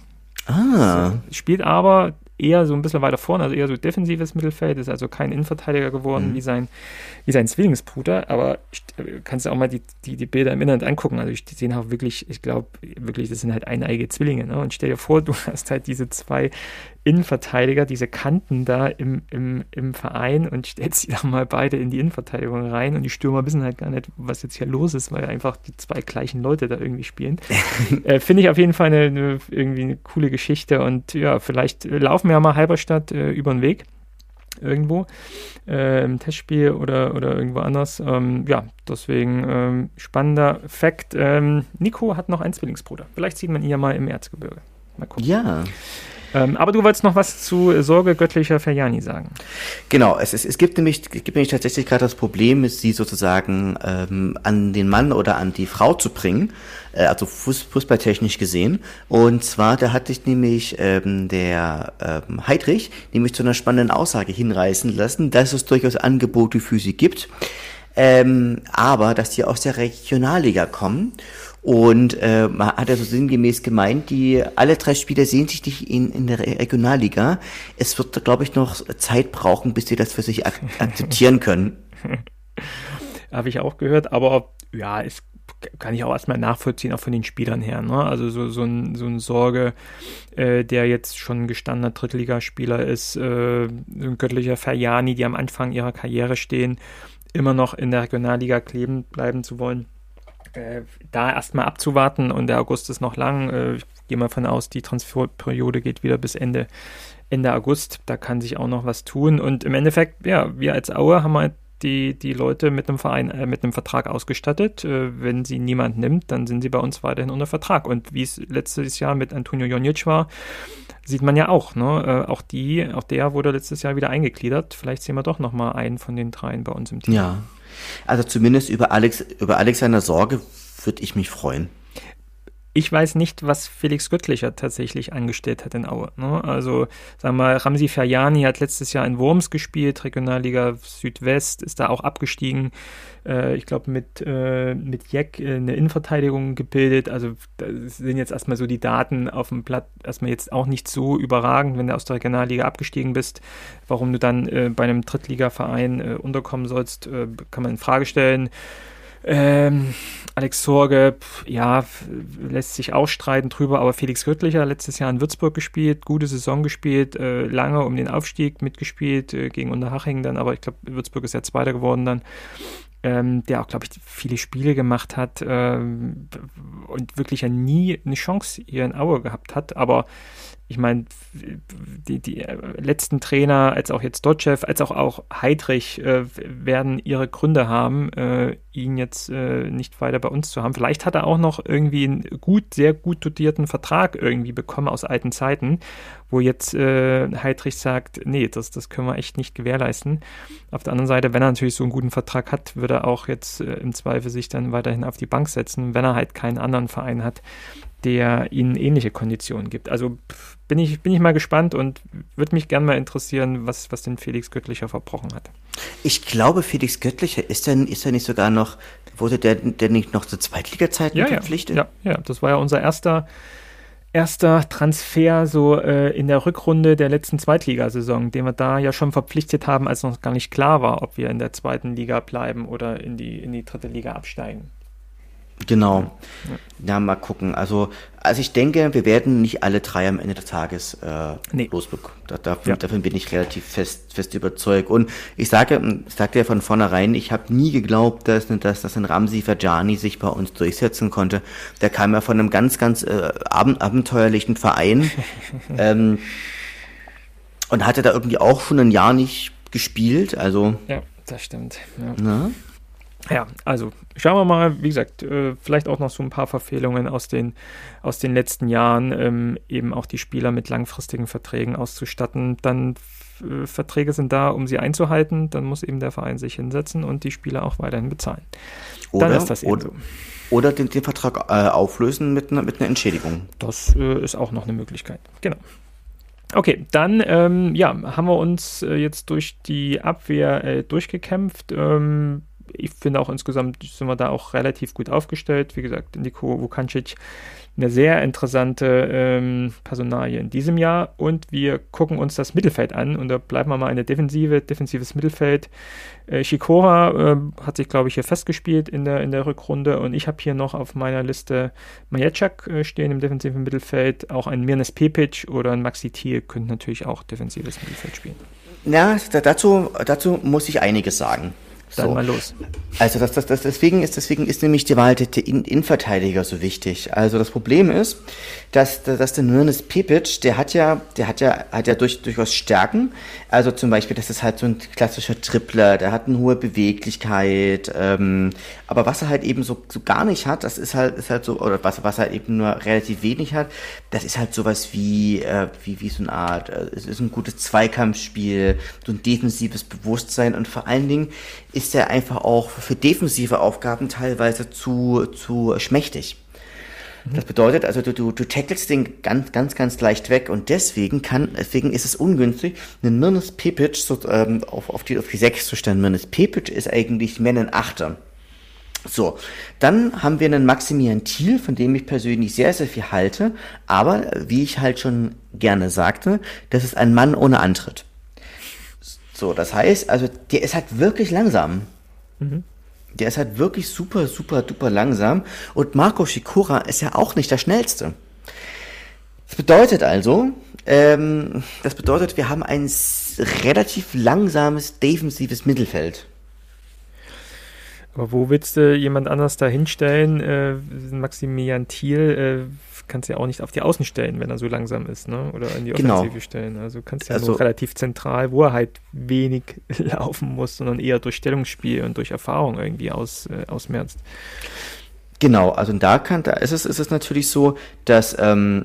B: Ah.
A: So, spielt aber eher so ein bisschen weiter vorne, also eher so defensives Mittelfeld, ist also kein Innenverteidiger geworden mhm. wie, sein, wie sein Zwillingsbruder, aber ich, kannst du auch mal die, die, die Bilder im Internet angucken, also die sehen auch wirklich, ich glaube wirklich, das sind halt eineige Zwillinge, ne? Und stell dir vor, du hast halt diese zwei Innenverteidiger, diese Kanten da im, im, im Verein und stellst sie dann mal beide in die Innenverteidigung rein und die Stürmer wissen halt gar nicht, was jetzt hier los ist, weil einfach die zwei gleichen Leute da irgendwie spielen. äh, Finde ich auf jeden Fall eine, eine, irgendwie eine coole Geschichte und ja, vielleicht laufen wir ja mal Halberstadt äh, über den Weg irgendwo äh, im Testspiel oder, oder irgendwo anders. Ähm, ja, deswegen ähm, spannender Fakt. Ähm, Nico hat noch einen Zwillingsbruder. Vielleicht sieht man ihn ja mal im Erzgebirge. Mal gucken.
B: Ja.
A: Ähm, aber du wolltest noch was zu Sorge göttlicher Ferjani sagen.
B: Genau, es, es, es gibt nämlich, es gibt nämlich tatsächlich gerade das Problem, sie sozusagen ähm, an den Mann oder an die Frau zu bringen, äh, also Fuß, fußballtechnisch gesehen. Und zwar, da hat sich nämlich ähm, der ähm, Heidrich nämlich zu einer spannenden Aussage hinreißen lassen, dass es durchaus Angebote für sie gibt, ähm, aber dass die aus der Regionalliga kommen. Und äh, man hat ja so sinngemäß gemeint, die alle drei Spieler sehen sich nicht in, in der Regionalliga. Es wird, glaube ich, noch Zeit brauchen, bis sie das für sich ak- akzeptieren können.
A: Habe ich auch gehört, aber ja, es kann ich auch erstmal nachvollziehen, auch von den Spielern her. Ne? Also so, so, ein, so ein Sorge, äh, der jetzt schon ein gestandener Drittligaspieler ist, äh, ein göttlicher Ferjani, die am Anfang ihrer Karriere stehen, immer noch in der Regionalliga kleben bleiben zu wollen. Äh, da erstmal abzuwarten und der August ist noch lang. Äh, ich gehe mal von aus, die Transferperiode geht wieder bis Ende, Ende August. Da kann sich auch noch was tun. Und im Endeffekt, ja, wir als Aue haben halt die, die Leute mit einem Verein, äh, mit einem Vertrag ausgestattet. Äh, wenn sie niemand nimmt, dann sind sie bei uns weiterhin unter Vertrag. Und wie es letztes Jahr mit Antonio Jonic war, sieht man ja auch, ne? Äh, auch die, auch der wurde letztes Jahr wieder eingegliedert. Vielleicht sehen wir doch nochmal einen von den dreien bei uns im Team.
B: Ja. Also zumindest über Alex, über Alexander Sorge würde ich mich freuen.
A: Ich weiß nicht, was Felix Göttlicher tatsächlich angestellt hat in Aue. Ne? Also, sagen wir mal, Ramzi Ferjani hat letztes Jahr in Worms gespielt, Regionalliga Südwest, ist da auch abgestiegen. Äh, ich glaube, mit, äh, mit Jeck äh, eine Innenverteidigung gebildet. Also, das sind jetzt erstmal so die Daten auf dem Blatt, erstmal jetzt auch nicht so überragend, wenn du aus der Regionalliga abgestiegen bist. Warum du dann äh, bei einem Drittligaverein äh, unterkommen sollst, äh, kann man in Frage stellen. Ähm, Alex Sorge, ja, lässt sich auch streiten drüber, aber Felix Göttlicher, letztes Jahr in Würzburg gespielt, gute Saison gespielt, äh, lange um den Aufstieg mitgespielt, äh, gegen Unterhaching dann, aber ich glaube, Würzburg ist ja Zweiter geworden dann, ähm, der auch, glaube ich, viele Spiele gemacht hat ähm, und wirklich ja nie eine Chance hier in Aue gehabt hat, aber ich meine, die, die letzten Trainer, als auch jetzt Dotschew, als auch, auch Heidrich, äh, werden ihre Gründe haben, äh, ihn jetzt äh, nicht weiter bei uns zu haben. Vielleicht hat er auch noch irgendwie einen gut, sehr gut dotierten Vertrag irgendwie bekommen aus alten Zeiten, wo jetzt äh, Heidrich sagt, nee, das, das können wir echt nicht gewährleisten. Auf der anderen Seite, wenn er natürlich so einen guten Vertrag hat, würde er auch jetzt äh, im Zweifel sich dann weiterhin auf die Bank setzen, wenn er halt keinen anderen Verein hat, der ihnen ähnliche Konditionen gibt. Also bin ich, bin ich mal gespannt und würde mich gerne mal interessieren, was, was denn Felix Göttlicher verbrochen hat.
B: Ich glaube, Felix Göttlicher, ist er ist er nicht sogar noch, wurde der, der nicht noch zu Zweitliga-Zeiten
A: ja,
B: verpflichtet?
A: Ja, ja, das war ja unser erster, erster Transfer so äh, in der Rückrunde der letzten Zweitligasaison, den wir da ja schon verpflichtet haben, als noch gar nicht klar war, ob wir in der zweiten Liga bleiben oder in die, in die dritte Liga absteigen.
B: Genau. Ja. ja, mal gucken. Also, also ich denke, wir werden nicht alle drei am Ende des Tages äh, nee. losbekommen. Da, davon, ja. davon bin ich relativ fest, fest überzeugt. Und ich sage, ich sagte ja von vornherein, ich habe nie geglaubt, dass, dass, dass ein Ramzi Fajani sich bei uns durchsetzen konnte. Der kam ja von einem ganz, ganz äh, ab- abenteuerlichen Verein ähm, und hatte da irgendwie auch schon ein Jahr nicht gespielt. Also
A: ja, das stimmt. Ja.
B: Na?
A: Ja, also schauen wir mal, wie gesagt, äh, vielleicht auch noch so ein paar Verfehlungen aus den, aus den letzten Jahren, ähm, eben auch die Spieler mit langfristigen Verträgen auszustatten. Dann äh, Verträge sind da, um sie einzuhalten, dann muss eben der Verein sich hinsetzen und die Spieler auch weiterhin bezahlen.
B: Oder,
A: dann ist das eben
B: oder,
A: so.
B: Oder den, den Vertrag äh, auflösen mit einer mit einer Entschädigung.
A: Das äh, ist auch noch eine Möglichkeit, genau. Okay, dann ähm, ja, haben wir uns äh, jetzt durch die Abwehr äh, durchgekämpft. Ähm, Ich finde auch insgesamt sind wir da auch relativ gut aufgestellt. Wie gesagt, Niko Vukancic, eine sehr interessante ähm, Personalie in diesem Jahr. Und wir gucken uns das Mittelfeld an. Und da bleiben wir mal in der Defensive, defensives Mittelfeld. Äh, Sikora äh, hat sich, glaube ich, hier festgespielt in der, in der Rückrunde. Und ich habe hier noch auf meiner Liste Maječak äh, stehen im defensiven Mittelfeld. Auch ein Mirnes Pepic oder ein Maxi Thiel könnten natürlich auch defensives Mittelfeld spielen.
B: Ja, dazu, dazu muss ich einiges sagen.
A: Dann
B: so.
A: mal los.
B: Also das, das, das, deswegen ist deswegen ist nämlich die Wahl der Innenverteidiger so wichtig. Also das Problem ist, dass, dass der Mirnes Pepic, der hat ja, der hat ja, hat ja durch, durchaus Stärken. Also zum Beispiel, das ist halt so ein klassischer Tripler, der hat eine hohe Beweglichkeit. Ähm, aber was er halt eben so, so gar nicht hat, das ist halt, ist halt so, oder was, was er halt eben nur relativ wenig hat, das ist halt sowas wie, äh, wie, wie so eine Art, äh, es ist ein gutes Zweikampfspiel, so ein defensives Bewusstsein und vor allen Dingen ist er einfach auch für defensive Aufgaben teilweise zu, zu schmächtig. Mhm. Das bedeutet also, du, du, du tackelst den ganz, ganz, ganz leicht weg und deswegen kann, deswegen ist es ungünstig, einen Mirnes Pepic so, ähm, auf, auf die, auf die sechs zu stellen. Mirnes Pepic ist eigentlich mehr ein Achter. So, dann haben wir einen Maximilian Thiel, von dem ich persönlich sehr, sehr viel halte, aber wie ich halt schon gerne sagte, das ist ein Mann ohne Antritt. So, das heißt, also der ist halt wirklich langsam. Mhm. Der ist halt wirklich super, super, duper langsam. Und Marco Sikora ist ja auch nicht der Schnellste. Das bedeutet also, ähm, das bedeutet, wir haben ein relativ langsames defensives Mittelfeld.
A: Aber wo willst du jemand anders da hinstellen? Äh, Maximilian Thiel äh, kannst du ja auch nicht auf die Außen stellen, wenn er so langsam ist, ne? Oder in die Offensive genau. stellen. Also kannst du ja also, nur relativ zentral, wo er halt wenig laufen muss, sondern eher durch Stellungsspiel und durch Erfahrung irgendwie aus, äh, ausmerzt.
B: Genau, also da kann, da ist es, ist es natürlich so, dass ähm,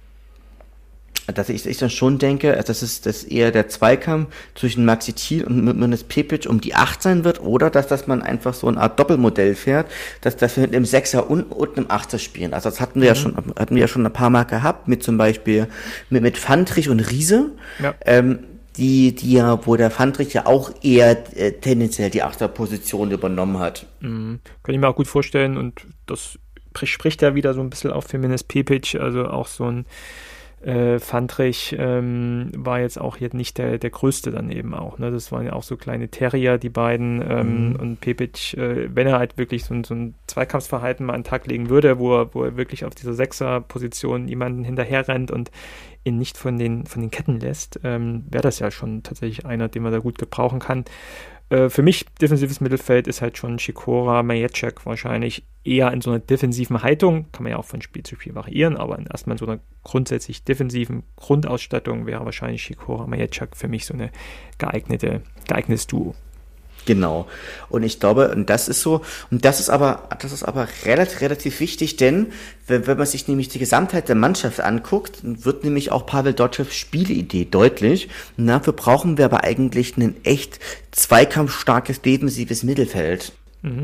B: dass ich, ich dann schon denke, dass es dass eher der Zweikampf zwischen Maxi Thiel und Mirnes Pepic um die acht sein wird, oder dass, dass man einfach so eine Art Doppelmodell fährt, dass, dass wir mit einem Sechser und, und einem Achter spielen. Also das hatten wir mhm. ja schon, hatten wir ja schon ein paar Mal gehabt, mit zum Beispiel mit, mit Fandrich und Riese, ja. ähm, die, die ja, wo der Fandrich ja auch eher äh, tendenziell die Achterposition übernommen hat.
A: Mhm. Kann ich mir auch gut vorstellen, und das spricht ja wieder so ein bisschen auf für Mirnes Pepic, also auch so ein Äh, Fandrich ähm, war jetzt auch jetzt nicht der, der größte dann eben auch, ne? Das waren ja auch so kleine Terrier, die beiden, ähm, mhm. und Pepic, äh, wenn er halt wirklich so, so ein Zweikampfsverhalten mal an den Tag legen würde, wo er, wo er wirklich auf dieser Sechser-Position jemanden hinterher rennt und ihn nicht von den, von den Ketten lässt, ähm, wäre das ja schon tatsächlich einer, den man da gut gebrauchen kann. Für mich, defensives Mittelfeld ist halt schon Sikora, Maječak wahrscheinlich eher in so einer defensiven Haltung. Kann man ja auch von Spiel zu Spiel variieren, aber erstmal in so einer grundsätzlich defensiven Grundausstattung wäre wahrscheinlich Sikora, Maječak für mich so eine geeignete, geeignetes Duo.
B: Genau. Und ich glaube, und das ist so, und das ist aber, das ist aber relativ, relativ wichtig, denn wenn, wenn man sich nämlich die Gesamtheit der Mannschaft anguckt, wird nämlich auch Pavel Dotschevs Spielidee deutlich. Und dafür brauchen wir aber eigentlich ein echt zweikampfstarkes defensives Mittelfeld.
A: Mhm.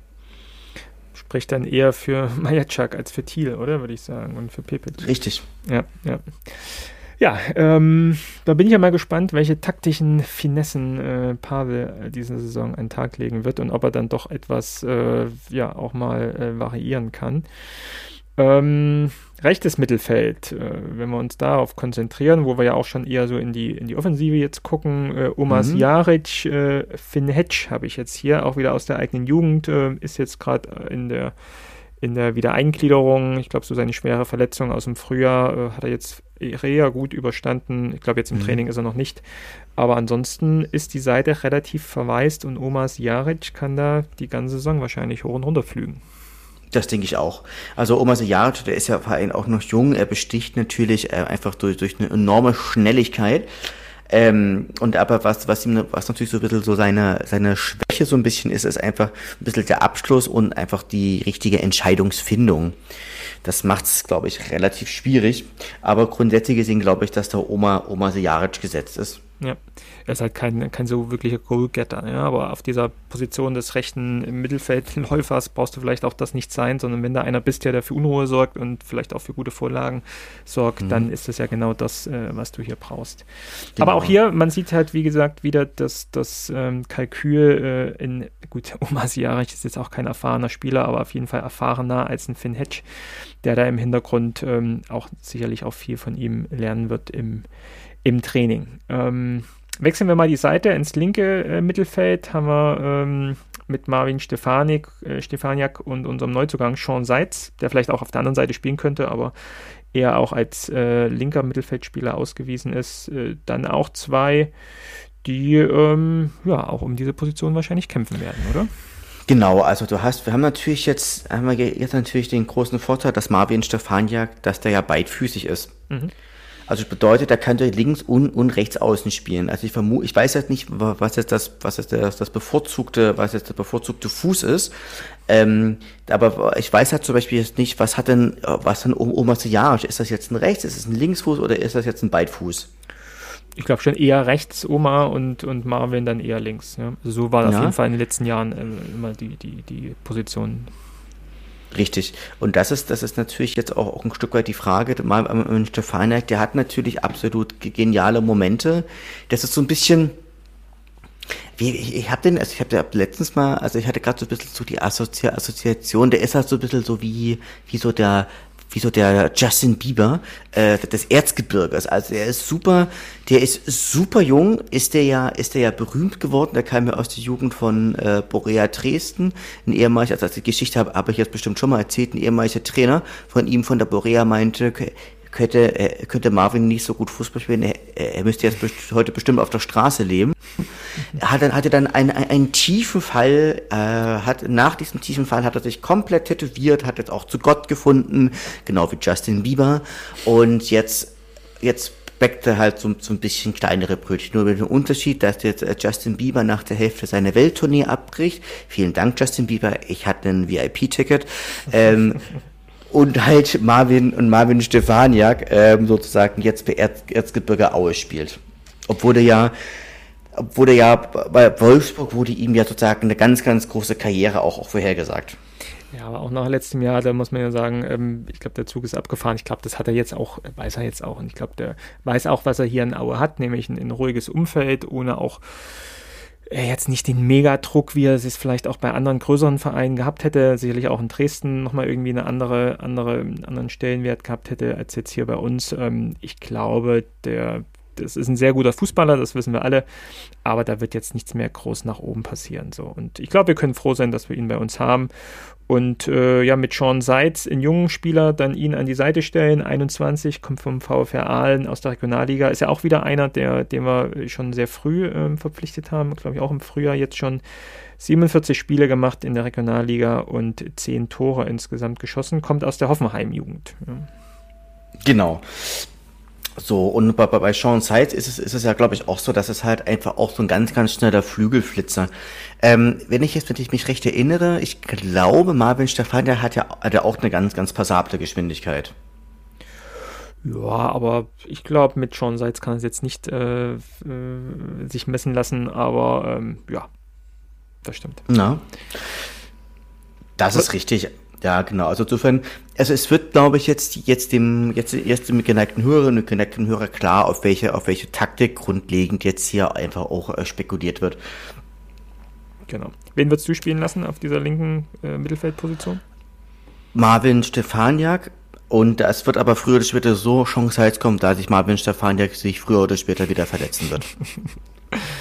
A: Spricht dann eher für Maječak als für Thiel, oder? Würde ich sagen. Und für Pepic.
B: Richtig.
A: Ja, ja. Ja, ähm, da bin ich ja mal gespannt, welche taktischen Finessen äh, Pavel diese Saison an den Tag legen wird und ob er dann doch etwas äh, ja auch mal äh, variieren kann. Ähm, rechtes Mittelfeld, äh, wenn wir uns darauf konzentrieren, wo wir ja auch schon eher so in die in die Offensive jetzt gucken, äh, Omas mhm. Jaric, äh, Finn Hetsch habe ich jetzt hier, auch wieder aus der eigenen Jugend, äh, ist jetzt gerade in der in der Wiedereingliederung. Ich glaube, so seine schwere Verletzung aus dem Frühjahr äh, hat er jetzt eher gut überstanden. Ich glaube, jetzt im mhm. Training ist er noch nicht. Aber ansonsten ist die Seite relativ verwaist und Omar Jaric kann da die ganze Saison wahrscheinlich hoch und runter flügen.
B: Das denke ich auch. Also Omar Jaric, der ist ja auch noch jung, er besticht natürlich äh, einfach durch, durch eine enorme Schnelligkeit. Ähm, und aber was, was ihm, was natürlich so ein bisschen so seine, seine Schwäche so ein bisschen ist, ist einfach ein bisschen der Abschluss und einfach die richtige Entscheidungsfindung. Das macht es, glaube ich, relativ schwierig. Aber grundsätzlich gesehen glaube ich, dass der Omar, Omar Jaric gesetzt ist.
A: Ja, er ist halt kein, kein so wirklicher Goalgetter, ja, aber auf dieser Position des rechten Mittelfeldläufers brauchst du vielleicht auch das nicht sein, sondern wenn da einer bist, der, der für Unruhe sorgt und vielleicht auch für gute Vorlagen sorgt, mhm. dann ist das ja genau das, äh, was du hier brauchst. Genau. Aber auch hier, man sieht halt, wie gesagt, wieder das, das ähm, Kalkül äh, in, gut, Omar Jaric ist jetzt auch kein erfahrener Spieler, aber auf jeden Fall erfahrener als ein Finn Hetsch, der da im Hintergrund ähm, auch sicherlich auch viel von ihm lernen wird im Im Training. Ähm, wechseln wir mal die Seite ins linke äh, Mittelfeld. Haben wir ähm, mit Marvin Stefaniak, äh, Stefaniak und unserem Neuzugang Sean Seitz, der vielleicht auch auf der anderen Seite spielen könnte, aber eher auch als äh, linker Mittelfeldspieler ausgewiesen ist. Äh, dann auch zwei, die ähm, ja auch um diese Position wahrscheinlich kämpfen werden, oder?
B: Genau, also du hast, wir haben natürlich jetzt, haben wir jetzt natürlich den großen Vorteil, dass Marvin Stefaniak, dass der ja beidfüßig ist. Mhm. Also das bedeutet, er könnte links und, und rechts außen spielen. Also ich vermute, ich weiß jetzt nicht, was jetzt das, was jetzt das, das bevorzugte, was jetzt der bevorzugte Fuß ist. Ähm, aber ich weiß halt zum Beispiel jetzt nicht, was hat denn, was denn Omar Jaric? Ist das jetzt ein Rechts, ist es ein Linksfuß oder ist das jetzt ein Beidfuß?
A: Ich glaube schon eher rechts Omar und, und Marvin dann eher links. Ja? Also so war ja. auf jeden Fall in den letzten Jahren äh, immer die, die, die Position.
B: Richtig. Und das ist, das ist natürlich jetzt auch, auch ein Stück weit die Frage. Stefaniak, der hat natürlich absolut geniale Momente. Das ist so ein bisschen, wie, ich, ich habe den, also ich habe hab letztens mal, also ich hatte gerade so ein bisschen so die Assozi- Assoziation, der ist halt so ein bisschen so wie, wie so der, wie so der Justin Bieber äh, des Erzgebirges. Also er ist super, der ist super jung, ist der ja, ist der ja berühmt geworden. Der kam ja aus der Jugend von äh, Borea Dresden, ein ehemaliger, also die Geschichte habe hab ich jetzt bestimmt schon mal erzählt, ein ehemaliger Trainer von ihm von der Borea meinte, könnte, äh, könnte Marvin nicht so gut Fußball spielen, er, er müsste jetzt best- heute bestimmt auf der Straße leben. Er hat dann, hatte dann einen, einen, einen tiefen Fall, äh, hat, nach diesem tiefen Fall hat er sich komplett tätowiert, hat jetzt auch zu Gott gefunden, genau wie Justin Bieber, und jetzt, jetzt backt er halt so, so ein bisschen kleinere Brötchen, nur mit dem Unterschied, dass jetzt äh, Justin Bieber nach der Hälfte seine Welttournee abbricht. Vielen Dank, Justin Bieber, ich hatte ein V I P-Ticket, ähm, und halt Marvin und Marvin Stefaniak ähm, sozusagen jetzt bei Erz, Erzgebirge Aue spielt. Obwohl er ja, obwohl er ja bei Wolfsburg wurde ihm ja sozusagen eine ganz, ganz große Karriere auch, auch vorhergesagt.
A: Ja, aber auch nach letztem Jahr, da muss man ja sagen, ähm, ich glaube, der Zug ist abgefahren. Ich glaube, das hat er jetzt auch, weiß er jetzt auch. Und ich glaube, der weiß auch, was er hier in Aue hat, nämlich ein, ein ruhiges Umfeld, ohne auch jetzt nicht den Megadruck, wie er es vielleicht auch bei anderen größeren Vereinen gehabt hätte, sicherlich auch in Dresden nochmal irgendwie eine andere, andere, anderen Stellenwert gehabt hätte, als jetzt hier bei uns. Ich glaube, der, das ist ein sehr guter Fußballer, das wissen wir alle, aber da wird jetzt nichts mehr groß nach oben passieren. So. Und ich glaube, wir können froh sein, dass wir ihn bei uns haben. Und äh, ja, mit Sean Seitz, einen jungen Spieler, dann ihn an die Seite stellen, einundzwanzig, kommt vom VfR Aalen aus der Regionalliga, ist ja auch wieder einer, der, den wir schon sehr früh ähm, verpflichtet haben, glaube ich auch im Frühjahr jetzt schon siebenundvierzig Spiele gemacht in der Regionalliga und zehn Tore insgesamt geschossen, kommt aus der Hoffenheim-Jugend. Ja.
B: Genau. So, und bei, bei Sean Seitz ist es, ist es ja, glaube ich, auch so, dass es halt einfach auch so ein ganz, ganz schneller Flügelflitzer. Ähm, wenn ich jetzt, wenn ich mich recht erinnere, ich glaube, Marvin Stefaniak hat ja, hat ja auch eine ganz, ganz passable Geschwindigkeit.
A: Ja, aber ich glaube, mit Sean Seitz kann es jetzt nicht äh, äh, sich messen lassen, aber ähm, ja, das stimmt.
B: Na, das ist richtig. Ja, genau. Also insofern, also es wird, glaube ich, jetzt jetzt dem jetzt jetzt dem geneigten Hörerinnen und geneigten Hörer klar, auf welche auf welche Taktik grundlegend jetzt hier einfach auch äh, spekuliert wird.
A: Genau. Wen würdest du spielen lassen auf dieser linken äh, Mittelfeldposition?
B: Marvin Stefaniak. Und es wird aber früher oder später so Chance kommen, da sich Marvin Stefaniak sich früher oder später wieder verletzen wird.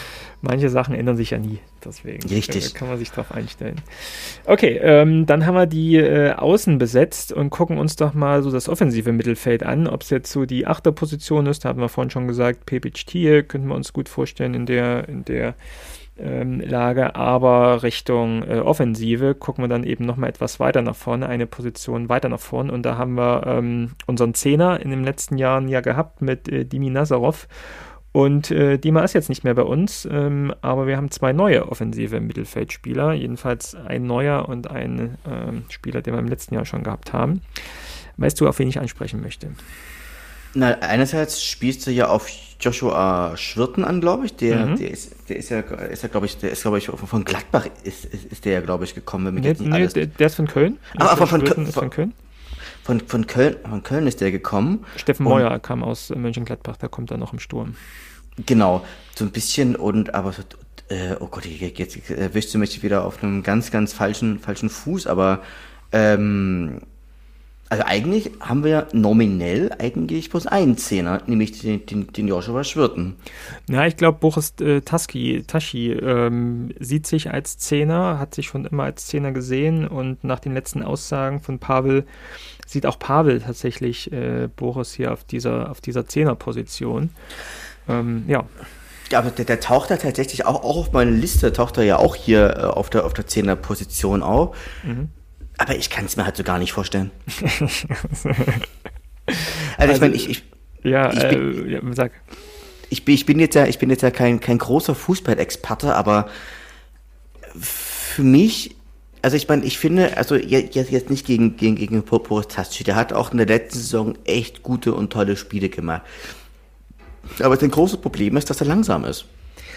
A: Manche Sachen ändern sich ja nie, deswegen
B: Richtig.
A: Äh, kann man sich darauf einstellen. Okay, ähm, dann haben wir die äh, Außen besetzt und gucken uns doch mal so das offensive Mittelfeld an, ob es jetzt so die Achterposition ist, da hatten wir vorhin schon gesagt, Pepic Thiel, könnten wir uns gut vorstellen in der, in der ähm, Lage, aber Richtung äh, Offensive gucken wir dann eben nochmal etwas weiter nach vorne, eine Position weiter nach vorne und da haben wir ähm, unseren Zehner in den letzten Jahren ja gehabt mit äh, Dimi Nazarov. Und äh, Dima ist jetzt nicht mehr bei uns, ähm, aber wir haben zwei neue offensive Mittelfeldspieler, jedenfalls ein neuer und ein ähm, Spieler, den wir im letzten Jahr schon gehabt haben. Weißt du, auf wen ich ansprechen möchte?
B: Na, einerseits spielst du ja auf Joshua Schwirten an, glaube ich. Der,
A: Mhm.
B: der ist, der ist ja, ist ja, glaube ich, der ist, glaube ich, von Gladbach ist, ist, ist der ja, glaube ich, gekommen. Wenn mir
A: Nee,
B: jetzt nicht
A: nee,
B: alles
A: der, der ist von Köln.
B: Ah, von, von,
A: Schwirten
B: Kö-
A: ist von Köln.
B: Von, von Köln, von Köln ist der gekommen.
A: Steffen
B: Und-
A: Meuer kam aus äh, Mönchengladbach, der kommt dann noch im Sturm.
B: Genau, so ein bisschen und aber so, äh, oh Gott, jetzt, jetzt erwischst du mich wieder auf einem ganz, ganz falschen, falschen Fuß, aber ähm, also eigentlich haben wir nominell eigentlich bloß einen Zehner, nämlich den, den, den Joshua Schwirten.
A: Ja, ich glaube, Boris äh, Taski, Tashi ähm, sieht sich als Zehner, hat sich schon immer als Zehner gesehen und nach den letzten Aussagen von Pavel sieht auch Pavel tatsächlich äh, Boris hier auf dieser, auf dieser Zehnerposition. Ähm, ja.
B: Ja, aber der, der taucht da tatsächlich auch, auch auf meiner Liste, taucht er ja auch hier äh, auf der, auf der Zehner-Position auf.
A: Mhm.
B: Aber ich kann es mir halt so gar nicht vorstellen. Also,
A: Also,
B: ich meine, ich, ich,
A: Ja,
B: Ich bin-
A: äh, ja, sag.
B: ich bin, ich bin jetzt ja, ich bin jetzt ja kein, kein großer Fußballexperte, aber für mich, also ich meine, ich finde, also jetzt, jetzt nicht gegen, gegen, gegen Boris Tasci, der hat auch in der letzten Saison echt gute und tolle Spiele gemacht. Aber das große Problem ist, dass er langsam ist.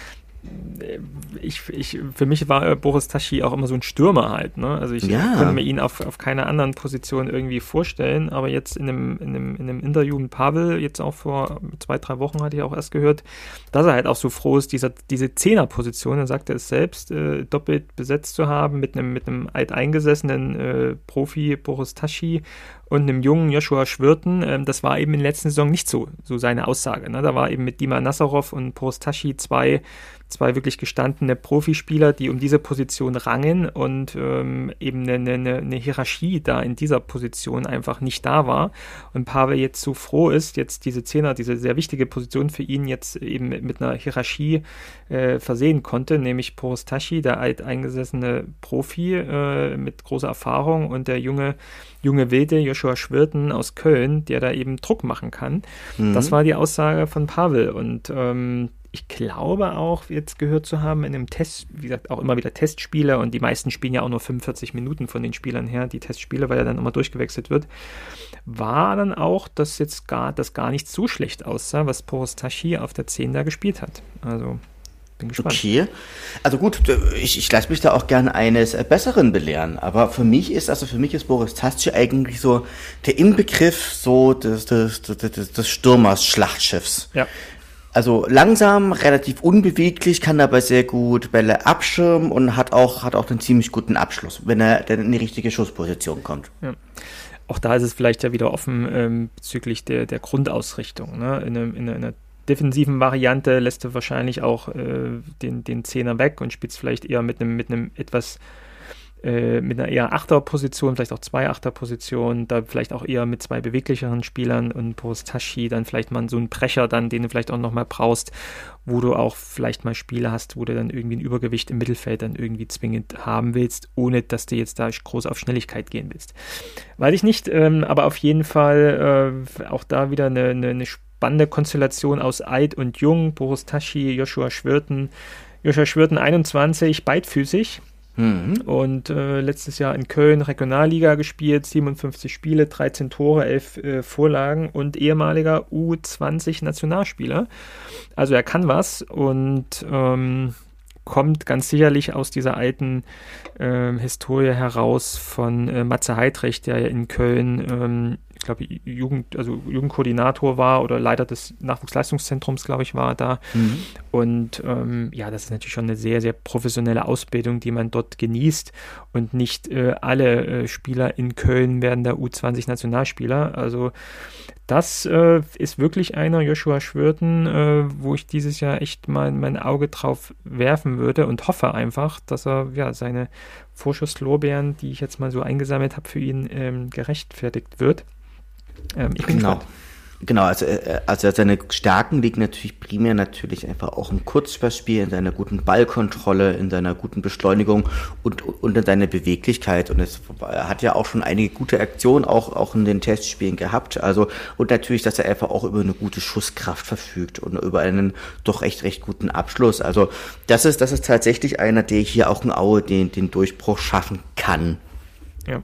A: Ich, ich, für mich war äh, Boris Taschi auch immer so ein Stürmer halt, ne? Also ich
B: Ja.
A: konnte mir ihn auf, auf keiner anderen Position irgendwie vorstellen, aber jetzt in einem, in einem, in einem Interview mit Pavel, jetzt auch vor zwei, drei Wochen hatte ich auch erst gehört, dass er halt auch so froh ist, dieser, diese Zehnerposition, er sagte es selbst, äh, doppelt besetzt zu haben mit einem, mit einem alteingesessenen äh, Profi Boris Taschi und einem jungen Joshua Schwirten. Ähm, das war eben in der letzten Saison nicht so, so seine Aussage, ne? Da war eben mit Dima Nazarov und Boris Taschi zwei zwei wirklich gestandene Profispieler, die um diese Position rangen und ähm, eben eine, eine, eine Hierarchie da in dieser Position einfach nicht da war. Und Pavel jetzt so froh ist, jetzt diese Zehner, diese sehr wichtige Position für ihn jetzt eben mit einer Hierarchie äh, versehen konnte, nämlich Boris Taschi, der alteingesessene Profi äh, mit großer Erfahrung und der junge junge Wilde Joshua Schwirten aus Köln, der da eben Druck machen kann.
B: Mhm.
A: Das war die Aussage von Pavel und ähm, ich glaube auch, jetzt gehört zu haben in einem Test, wie gesagt, auch immer wieder Testspiele und die meisten spielen ja auch nur fünfundvierzig Minuten von den Spielern her, die Testspiele, weil er dann immer durchgewechselt wird, war dann auch, dass jetzt gar, das gar nicht so schlecht aussah, was Boris Taschi auf der zehn da gespielt hat. Also, bin gespannt.
B: Okay, also gut, ich, ich lasse mich da auch gerne eines Besseren belehren, aber für mich ist, also für mich ist Boris Tasci eigentlich so der Inbegriff so des, des, des, des, des Stürmers Schlachtschiffs.
A: Ja.
B: Also langsam, relativ unbeweglich, kann dabei sehr gut Bälle abschirmen und hat auch, hat auch einen ziemlich guten Abschluss, wenn er dann in die richtige Schussposition kommt.
A: Ja. Auch da ist es vielleicht ja wieder offen ähm, bezüglich der, der Grundausrichtung. Ne? In, einem, in einer defensiven Variante lässt du wahrscheinlich auch äh, den, den Zehner weg und spielst vielleicht eher mit einem, mit einem etwas äh, mit einer eher Achterposition, vielleicht auch zwei Achterpositionen, da vielleicht auch eher mit zwei beweglicheren Spielern und Boris Taschi dann vielleicht mal so einen Brecher dann, den du vielleicht auch nochmal brauchst, wo du auch vielleicht mal Spiele hast, wo du dann irgendwie ein Übergewicht im Mittelfeld dann irgendwie zwingend haben willst, ohne dass du jetzt da groß auf Schnelligkeit gehen willst. Weiß ich nicht, ähm, aber auf jeden Fall äh, auch da wieder eine, eine, eine spannende Konstellation aus alt und jung, Boris Taschi, Joshua Schwirten, Joshua Schwirten einundzwanzig, beidfüßig.
B: Mhm.
A: Und äh, letztes Jahr in Köln Regionalliga gespielt, siebenundfünfzig Spiele, dreizehn Tore, elf äh, Vorlagen und ehemaliger U zwanzig Nationalspieler. Also er kann was und ähm, kommt ganz sicherlich aus dieser alten ähm, Historie heraus von äh, Matze Heidrich, der ja in Köln, ähm, ich glaube ich, Jugend, also Jugendkoordinator war oder Leiter des Nachwuchsleistungszentrums, glaube ich, war da. Mhm. Und ähm, ja, das ist natürlich schon eine sehr, sehr professionelle Ausbildung, die man dort genießt. Und nicht äh, alle äh, Spieler in Köln werden da U zwanzig Nationalspieler. Also das äh, ist wirklich einer, Joshua Schwirten, äh, wo ich dieses Jahr echt mal mein Auge drauf werfen würde und hoffe einfach, dass er ja seine Vorschusslorbeeren, die ich jetzt mal so eingesammelt habe, für ihn ähm, gerechtfertigt wird. Ähm, ich bin
B: genau.
A: gespannt.
B: Genau, also, also seine Stärken liegen natürlich primär natürlich einfach auch im Kurzpassspiel, in seiner guten Ballkontrolle, in seiner guten Beschleunigung und, und in seiner Beweglichkeit. Und es hat ja auch schon einige gute Aktionen auch, auch in den Testspielen gehabt. Also, und natürlich, dass er einfach auch über eine gute Schusskraft verfügt und über einen doch echt, recht guten Abschluss. Also, das ist, das ist tatsächlich einer, der hier auch in Aue den, den Durchbruch schaffen kann.
A: Ja.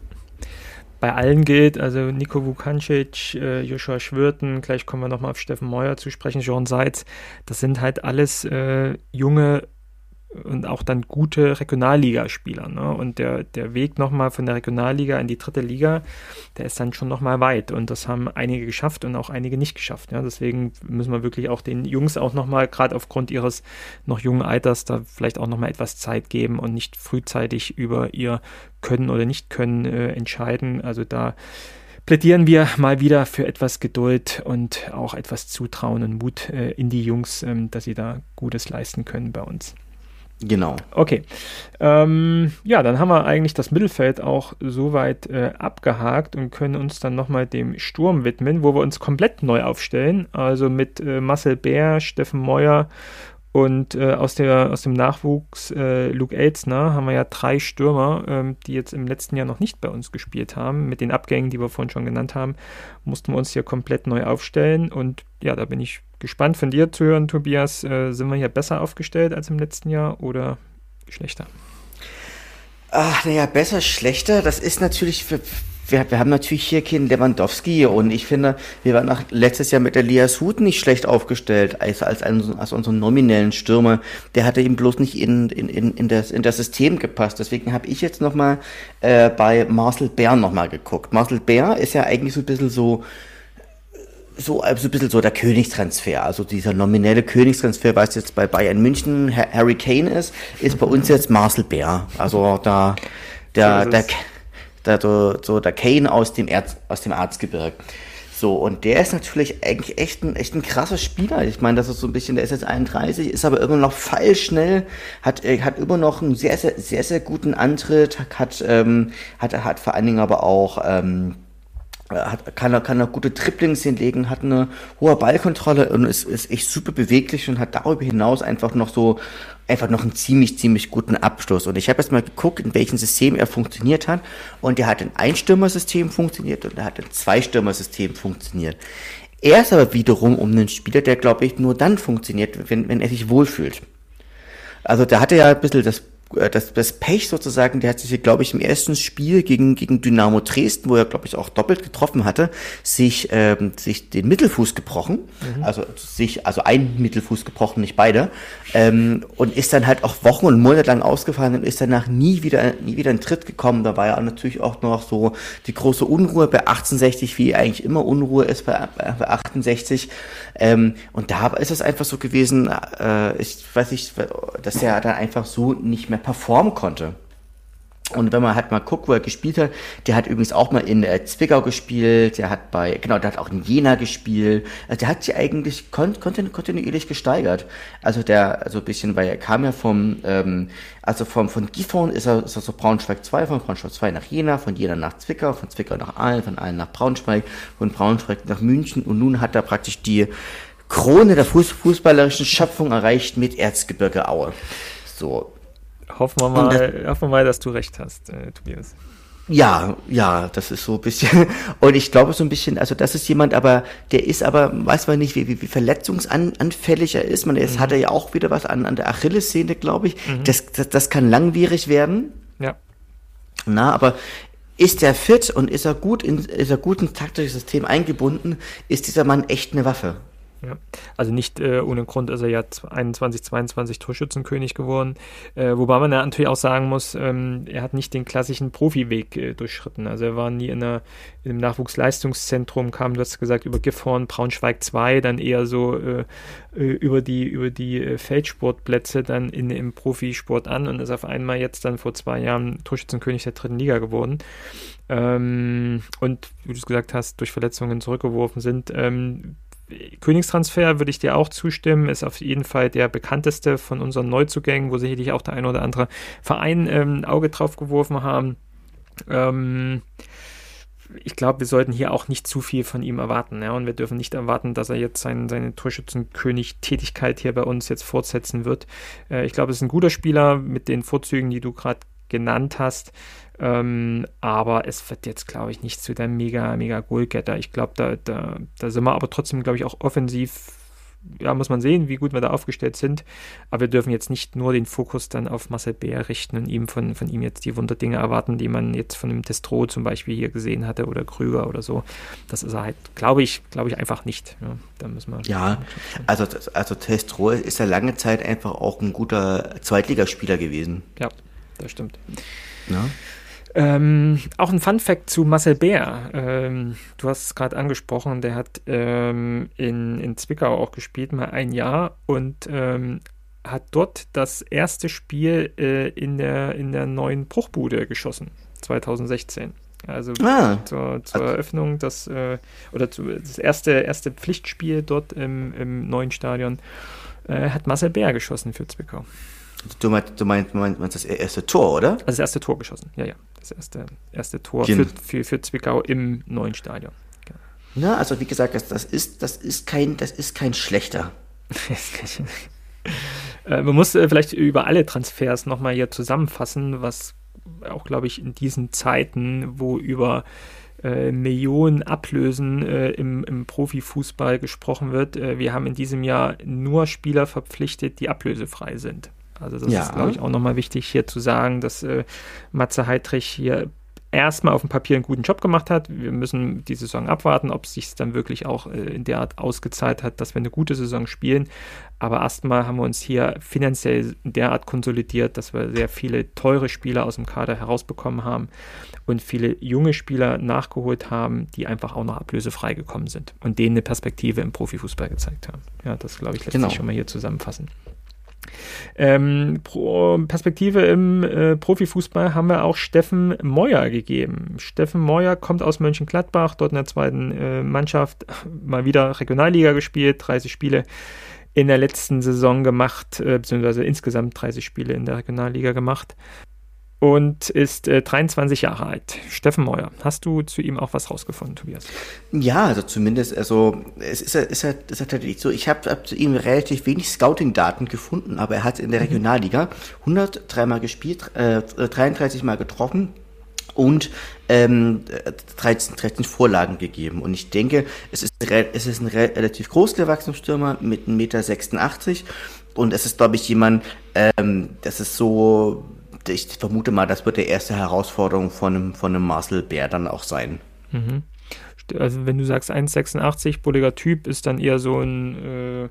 A: Bei allen gilt, also Nico Vukancic, äh, Joshua Schwirten, gleich kommen wir nochmal auf Steffen Meuer zu sprechen, Jean Seitz, das sind halt alles äh, junge und auch dann gute Regionalligaspieler. Ne? Und der, der Weg nochmal von der Regionalliga in die dritte Liga, der ist dann schon nochmal weit. Und das haben einige geschafft und auch einige nicht geschafft. Ja? Deswegen müssen wir wirklich auch den Jungs auch nochmal, gerade aufgrund ihres noch jungen Alters, da vielleicht auch nochmal etwas Zeit geben und nicht frühzeitig über ihr Können oder Nicht-Können äh, entscheiden. Also da plädieren wir mal wieder für etwas Geduld und auch etwas Zutrauen und Mut äh, in die Jungs, ähm, dass sie da Gutes leisten können bei uns.
B: Genau.
A: Okay. Ähm, ja, dann haben wir eigentlich das Mittelfeld auch soweit äh, abgehakt und können uns dann nochmal dem Sturm widmen, wo wir uns komplett neu aufstellen. Also mit äh, Marcel Bär, Steffen Meuer und äh, aus, der, aus dem Nachwuchs äh, Luke Elzner haben wir ja drei Stürmer, ähm, die jetzt im letzten Jahr noch nicht bei uns gespielt haben. Mit den Abgängen, die wir vorhin schon genannt haben, mussten wir uns hier komplett neu aufstellen. Und ja, da bin ich gespannt von dir zu hören, Tobias. Äh, sind wir hier besser aufgestellt als im letzten Jahr oder schlechter?
B: Ach, naja, besser, schlechter, das ist natürlich für... Wir, wir haben natürlich hier keinen Lewandowski und ich finde, wir waren auch letztes Jahr mit Elias Huth nicht schlecht aufgestellt als, als, einen, als unseren nominellen Stürmer. Der hatte eben bloß nicht in, in, in, in, das, in das System gepasst. Deswegen habe ich jetzt nochmal äh, bei Marcel Bär nochmal geguckt. Marcel Bär ist ja eigentlich so ein bisschen so, so, also ein bisschen so der Königstransfer. Also dieser nominelle Königstransfer, was jetzt bei Bayern München Harry Kane ist, ist bei uns jetzt Marcel Bär. Also da, der, der, Da so, so der Kane aus dem Erz, aus dem Erzgebirge. So, und der ist natürlich eigentlich echt ein, echt ein krasser Spieler. Ich meine, das ist so ein bisschen, der ist jetzt einunddreißig, ist aber immer noch feilschnell, hat, hat immer noch einen sehr, sehr, sehr, sehr guten Antritt, hat, ähm, hat, hat vor allen Dingen aber auch, ähm, Hat, kann er kann er gute Triplings hinlegen, hat eine hohe Ballkontrolle und ist, ist echt super beweglich und hat darüber hinaus einfach noch so einfach noch einen ziemlich, ziemlich guten Abschluss. Und ich habe jetzt mal geguckt, in welchem System er funktioniert hat. Und er hat in Einstürmersystem funktioniert und er hat in Zweistürmersystem funktioniert. Er ist aber wiederum um einen Spieler, der, glaube ich, nur dann funktioniert, wenn, wenn er sich wohlfühlt. Also da hatte er ja ein bisschen das Das, das Pech sozusagen, der hat sich, glaube ich, im ersten Spiel gegen, gegen Dynamo Dresden, wo er, glaube ich, auch doppelt getroffen hatte, sich, ähm, sich den Mittelfuß gebrochen, mhm. also sich, also ein Mittelfuß gebrochen, nicht beide, ähm, und ist dann halt auch Wochen und Monate lang ausgefallen und ist danach nie wieder, nie wieder in Tritt gekommen. Da war ja natürlich auch noch so die große Unruhe bei achtundsechzig, wie eigentlich immer Unruhe ist bei, bei achtundsechzig, ähm, und da ist es einfach so gewesen, äh, ich weiß nicht, dass er dann einfach so nicht mehr performen konnte. Und wenn man halt mal guckt, wo er gespielt hat, der hat übrigens auch mal in äh, Zwickau gespielt, der hat bei, genau, der hat auch in Jena gespielt, also der hat sich eigentlich kon- kontinuierlich gesteigert. Also der, also ein bisschen, weil er kam ja vom, ähm, also vom, von Gifhorn ist er, ist er so Braunschweig zwei, von Braunschweig zwei nach Jena, von Jena nach Zwickau, von Zwickau nach Aalen, von Aalen nach Braunschweig, von Braunschweig nach München und nun hat er praktisch die Krone der Fuß- fußballerischen Schöpfung erreicht mit Erzgebirge Aue. So.
A: Hoffen wir mal, das, hoffen wir mal, dass du recht hast, äh, Tobias.
B: Ja, ja, das ist so ein bisschen, und ich glaube so ein bisschen, also das ist jemand, aber der ist aber, weiß man nicht, wie, wie, wie verletzungsanfällig er ist. Man, jetzt mhm. hat er ja auch wieder was an, an der Achillessehne, glaube ich. Mhm. Das, das, das kann langwierig werden.
A: Ja.
B: Na, aber ist er fit und ist er gut in, ist er gut ins taktische System eingebunden, ist dieser Mann echt eine Waffe.
A: Ja. Also nicht äh, ohne Grund ist er ja einundzwanzig, zweiundzwanzig Torschützenkönig geworden, äh, wobei man ja natürlich auch sagen muss, ähm, er hat nicht den klassischen Profiweg äh, durchschritten. Also er war nie in, einer, in einem Nachwuchsleistungszentrum, kam, du hast gesagt, über Gifhorn, Braunschweig zwei, dann eher so äh, über die, über die äh, Feldsportplätze dann in, im Profisport an und ist auf einmal jetzt dann vor zwei Jahren Torschützenkönig der dritten Liga geworden. Ähm, und wie du es gesagt hast, durch Verletzungen zurückgeworfen sind. Ähm, Königstransfer würde ich dir auch zustimmen, ist auf jeden Fall der bekannteste von unseren Neuzugängen, wo sicherlich auch der ein oder andere Verein ähm, ein Auge drauf geworfen haben. Ähm, ich glaube, wir sollten hier auch nicht zu viel von ihm erwarten, ja, und wir dürfen nicht erwarten, dass er jetzt sein, seine Torschützenkönig-Tätigkeit hier bei uns jetzt fortsetzen wird. Äh, ich glaube, es ist ein guter Spieler mit den Vorzügen, die du gerade genannt hast. Ähm, aber es wird jetzt, glaube ich, nicht zu der mega, mega Goalgetter. Ich glaube, da, da, da sind wir aber trotzdem, glaube ich, auch offensiv, ja, muss man sehen, wie gut wir da aufgestellt sind. Aber wir dürfen jetzt nicht nur den Fokus dann auf Marcel Bär richten und ihm von, von ihm jetzt die Wunderdinge erwarten, die man jetzt von dem Destro zum Beispiel hier gesehen hatte oder Krüger oder so. Das ist er halt, glaube ich, glaube ich einfach nicht. Ja, da müssen wir.
B: Ja, also, also Destro ist ja lange Zeit einfach auch ein guter Zweitligaspieler gewesen.
A: Ja, das stimmt.
B: Ja.
A: Ähm, auch ein Fun-Fact zu Marcel Bär. Ähm, du hast es gerade angesprochen, der hat ähm, in, in Zwickau auch gespielt, mal ein Jahr und ähm, hat dort das erste Spiel äh, in, der, in der neuen Bruchbude geschossen, zwanzig sechzehn. Also ah. zur, zur Eröffnung, das, äh, oder zu, das erste, erste Pflichtspiel dort im, im neuen Stadion äh, hat Marcel Bär geschossen für Zwickau.
B: Du meinst, du meinst, meinst das erste Tor, oder?
A: Also das erste Tor geschossen, ja, ja. Das erste, erste Tor für, für, für Zwickau im neuen Stadion. Genau.
B: Na, also wie gesagt, das, das, ist, das, ist, kein, das ist kein schlechter.
A: äh, man muss äh, vielleicht über alle Transfers nochmal hier zusammenfassen, was auch, glaube ich, in diesen Zeiten, wo über äh, Millionen Ablösen äh, im, im Profifußball gesprochen wird, äh, wir haben in diesem Jahr nur Spieler verpflichtet, die ablösefrei sind. Also das ja. ist, glaube ich, auch nochmal wichtig hier zu sagen, dass äh, Matze Heidrich hier erstmal auf dem Papier einen guten Job gemacht hat. Wir müssen die Saison abwarten, ob es sich dann wirklich auch äh, in der Art ausgezahlt hat, dass wir eine gute Saison spielen. Aber erstmal haben wir uns hier finanziell in der Art konsolidiert, dass wir sehr viele teure Spieler aus dem Kader herausbekommen haben und viele junge Spieler nachgeholt haben, die einfach auch noch ablösefrei gekommen sind und denen eine Perspektive im Profifußball gezeigt haben. Ja, das, glaube ich, lässt genau. sich schon mal hier zusammenfassen. Ähm, Pro Perspektive im äh, Profifußball haben wir auch Steffen Meuer gegeben. Steffen Meuer kommt aus Mönchengladbach, dort in der zweiten äh, Mannschaft mal wieder Regionalliga gespielt, dreißig Spiele in der letzten Saison gemacht, äh, beziehungsweise insgesamt dreißig Spiele in der Regionalliga gemacht und ist äh, dreiundzwanzig Jahre alt. Steffen Meuer, hast du zu ihm auch was rausgefunden, Tobias?
B: Ja, also zumindest, also es ist ja ist halt, ist halt tatsächlich so, ich habe hab zu ihm relativ wenig Scouting-Daten gefunden, aber er hat in der Regionalliga hundertdrei Mal gespielt, äh, dreiunddreißig Mal getroffen und ähm, dreizehn, dreizehn Vorlagen gegeben. Und ich denke, es ist, es ist ein relativ groß gewachsener Stürmer mit einem Meter sechsundachtzig und es ist, glaube ich, jemand, ähm, das ist so... Ich vermute mal, das wird die erste Herausforderung von einem, von einem Marcel Bär dann auch sein.
A: Mhm. Also wenn du sagst eins sechsundachtzig, bulliger Typ, ist dann eher so ein äh,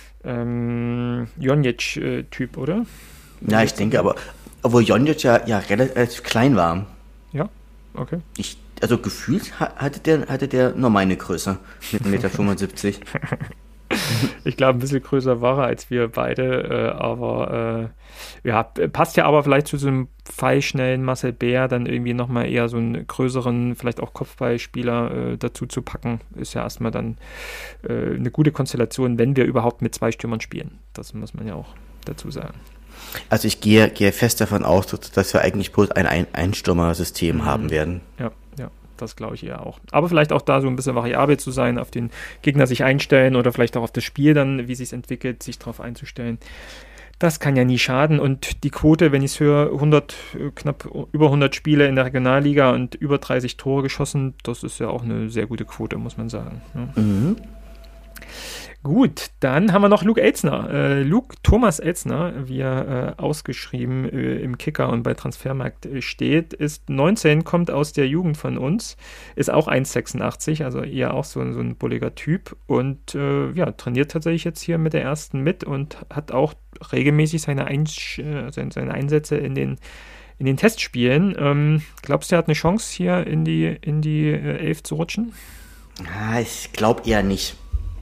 A: ähm, Jonjic-Typ, oder?
B: Ja, ich denke, aber obwohl Jonjic ja, ja relativ klein war.
A: Ja, okay.
B: Ich, also gefühlt hatte der, hatte der nur meine Größe mit eins Komma fünfundsiebzig Meter.
A: Ich glaube, ein bisschen größer war er als wir beide, äh, aber äh, ja, passt ja aber vielleicht zu so einem pfeilschnellen Marcel Bär dann irgendwie nochmal eher so einen größeren, vielleicht auch Kopfballspieler äh, dazu zu packen, ist ja erstmal dann äh, eine gute Konstellation, wenn wir überhaupt mit zwei Stürmern spielen. Das muss man ja auch dazu sagen.
B: Also ich gehe, gehe fest davon aus, dass wir eigentlich bloß ein Einstürmer-System mhm. haben werden.
A: Ja, ja. Das glaube ich eher auch. Aber vielleicht auch da so ein bisschen variabel zu sein, auf den Gegner sich einstellen oder vielleicht auch auf das Spiel dann, wie sich es entwickelt, sich darauf einzustellen. Das kann ja nie schaden. Und die Quote, wenn ich es höre, hundert, knapp über hundert Spiele in der Regionalliga und über dreißig Tore geschossen, das ist ja auch eine sehr gute Quote, muss man sagen. Ja. Mhm. Gut, dann haben wir noch Luke Elzner. Äh, Luke Thomas Elzner, wie er äh, ausgeschrieben äh, im Kicker und bei Transfermarkt äh, steht, ist neunzehn, kommt aus der Jugend von uns, ist auch eins Komma sechsundachtzig, also eher auch so, so ein bulliger Typ und äh, ja, trainiert tatsächlich jetzt hier mit der ersten mit und hat auch regelmäßig seine, Einsch- äh, seine, seine Einsätze in den in den Testspielen. Ähm, glaubst du, er hat eine Chance, hier in die, in die äh, Elf zu rutschen?
B: Ah, ich glaube eher nicht.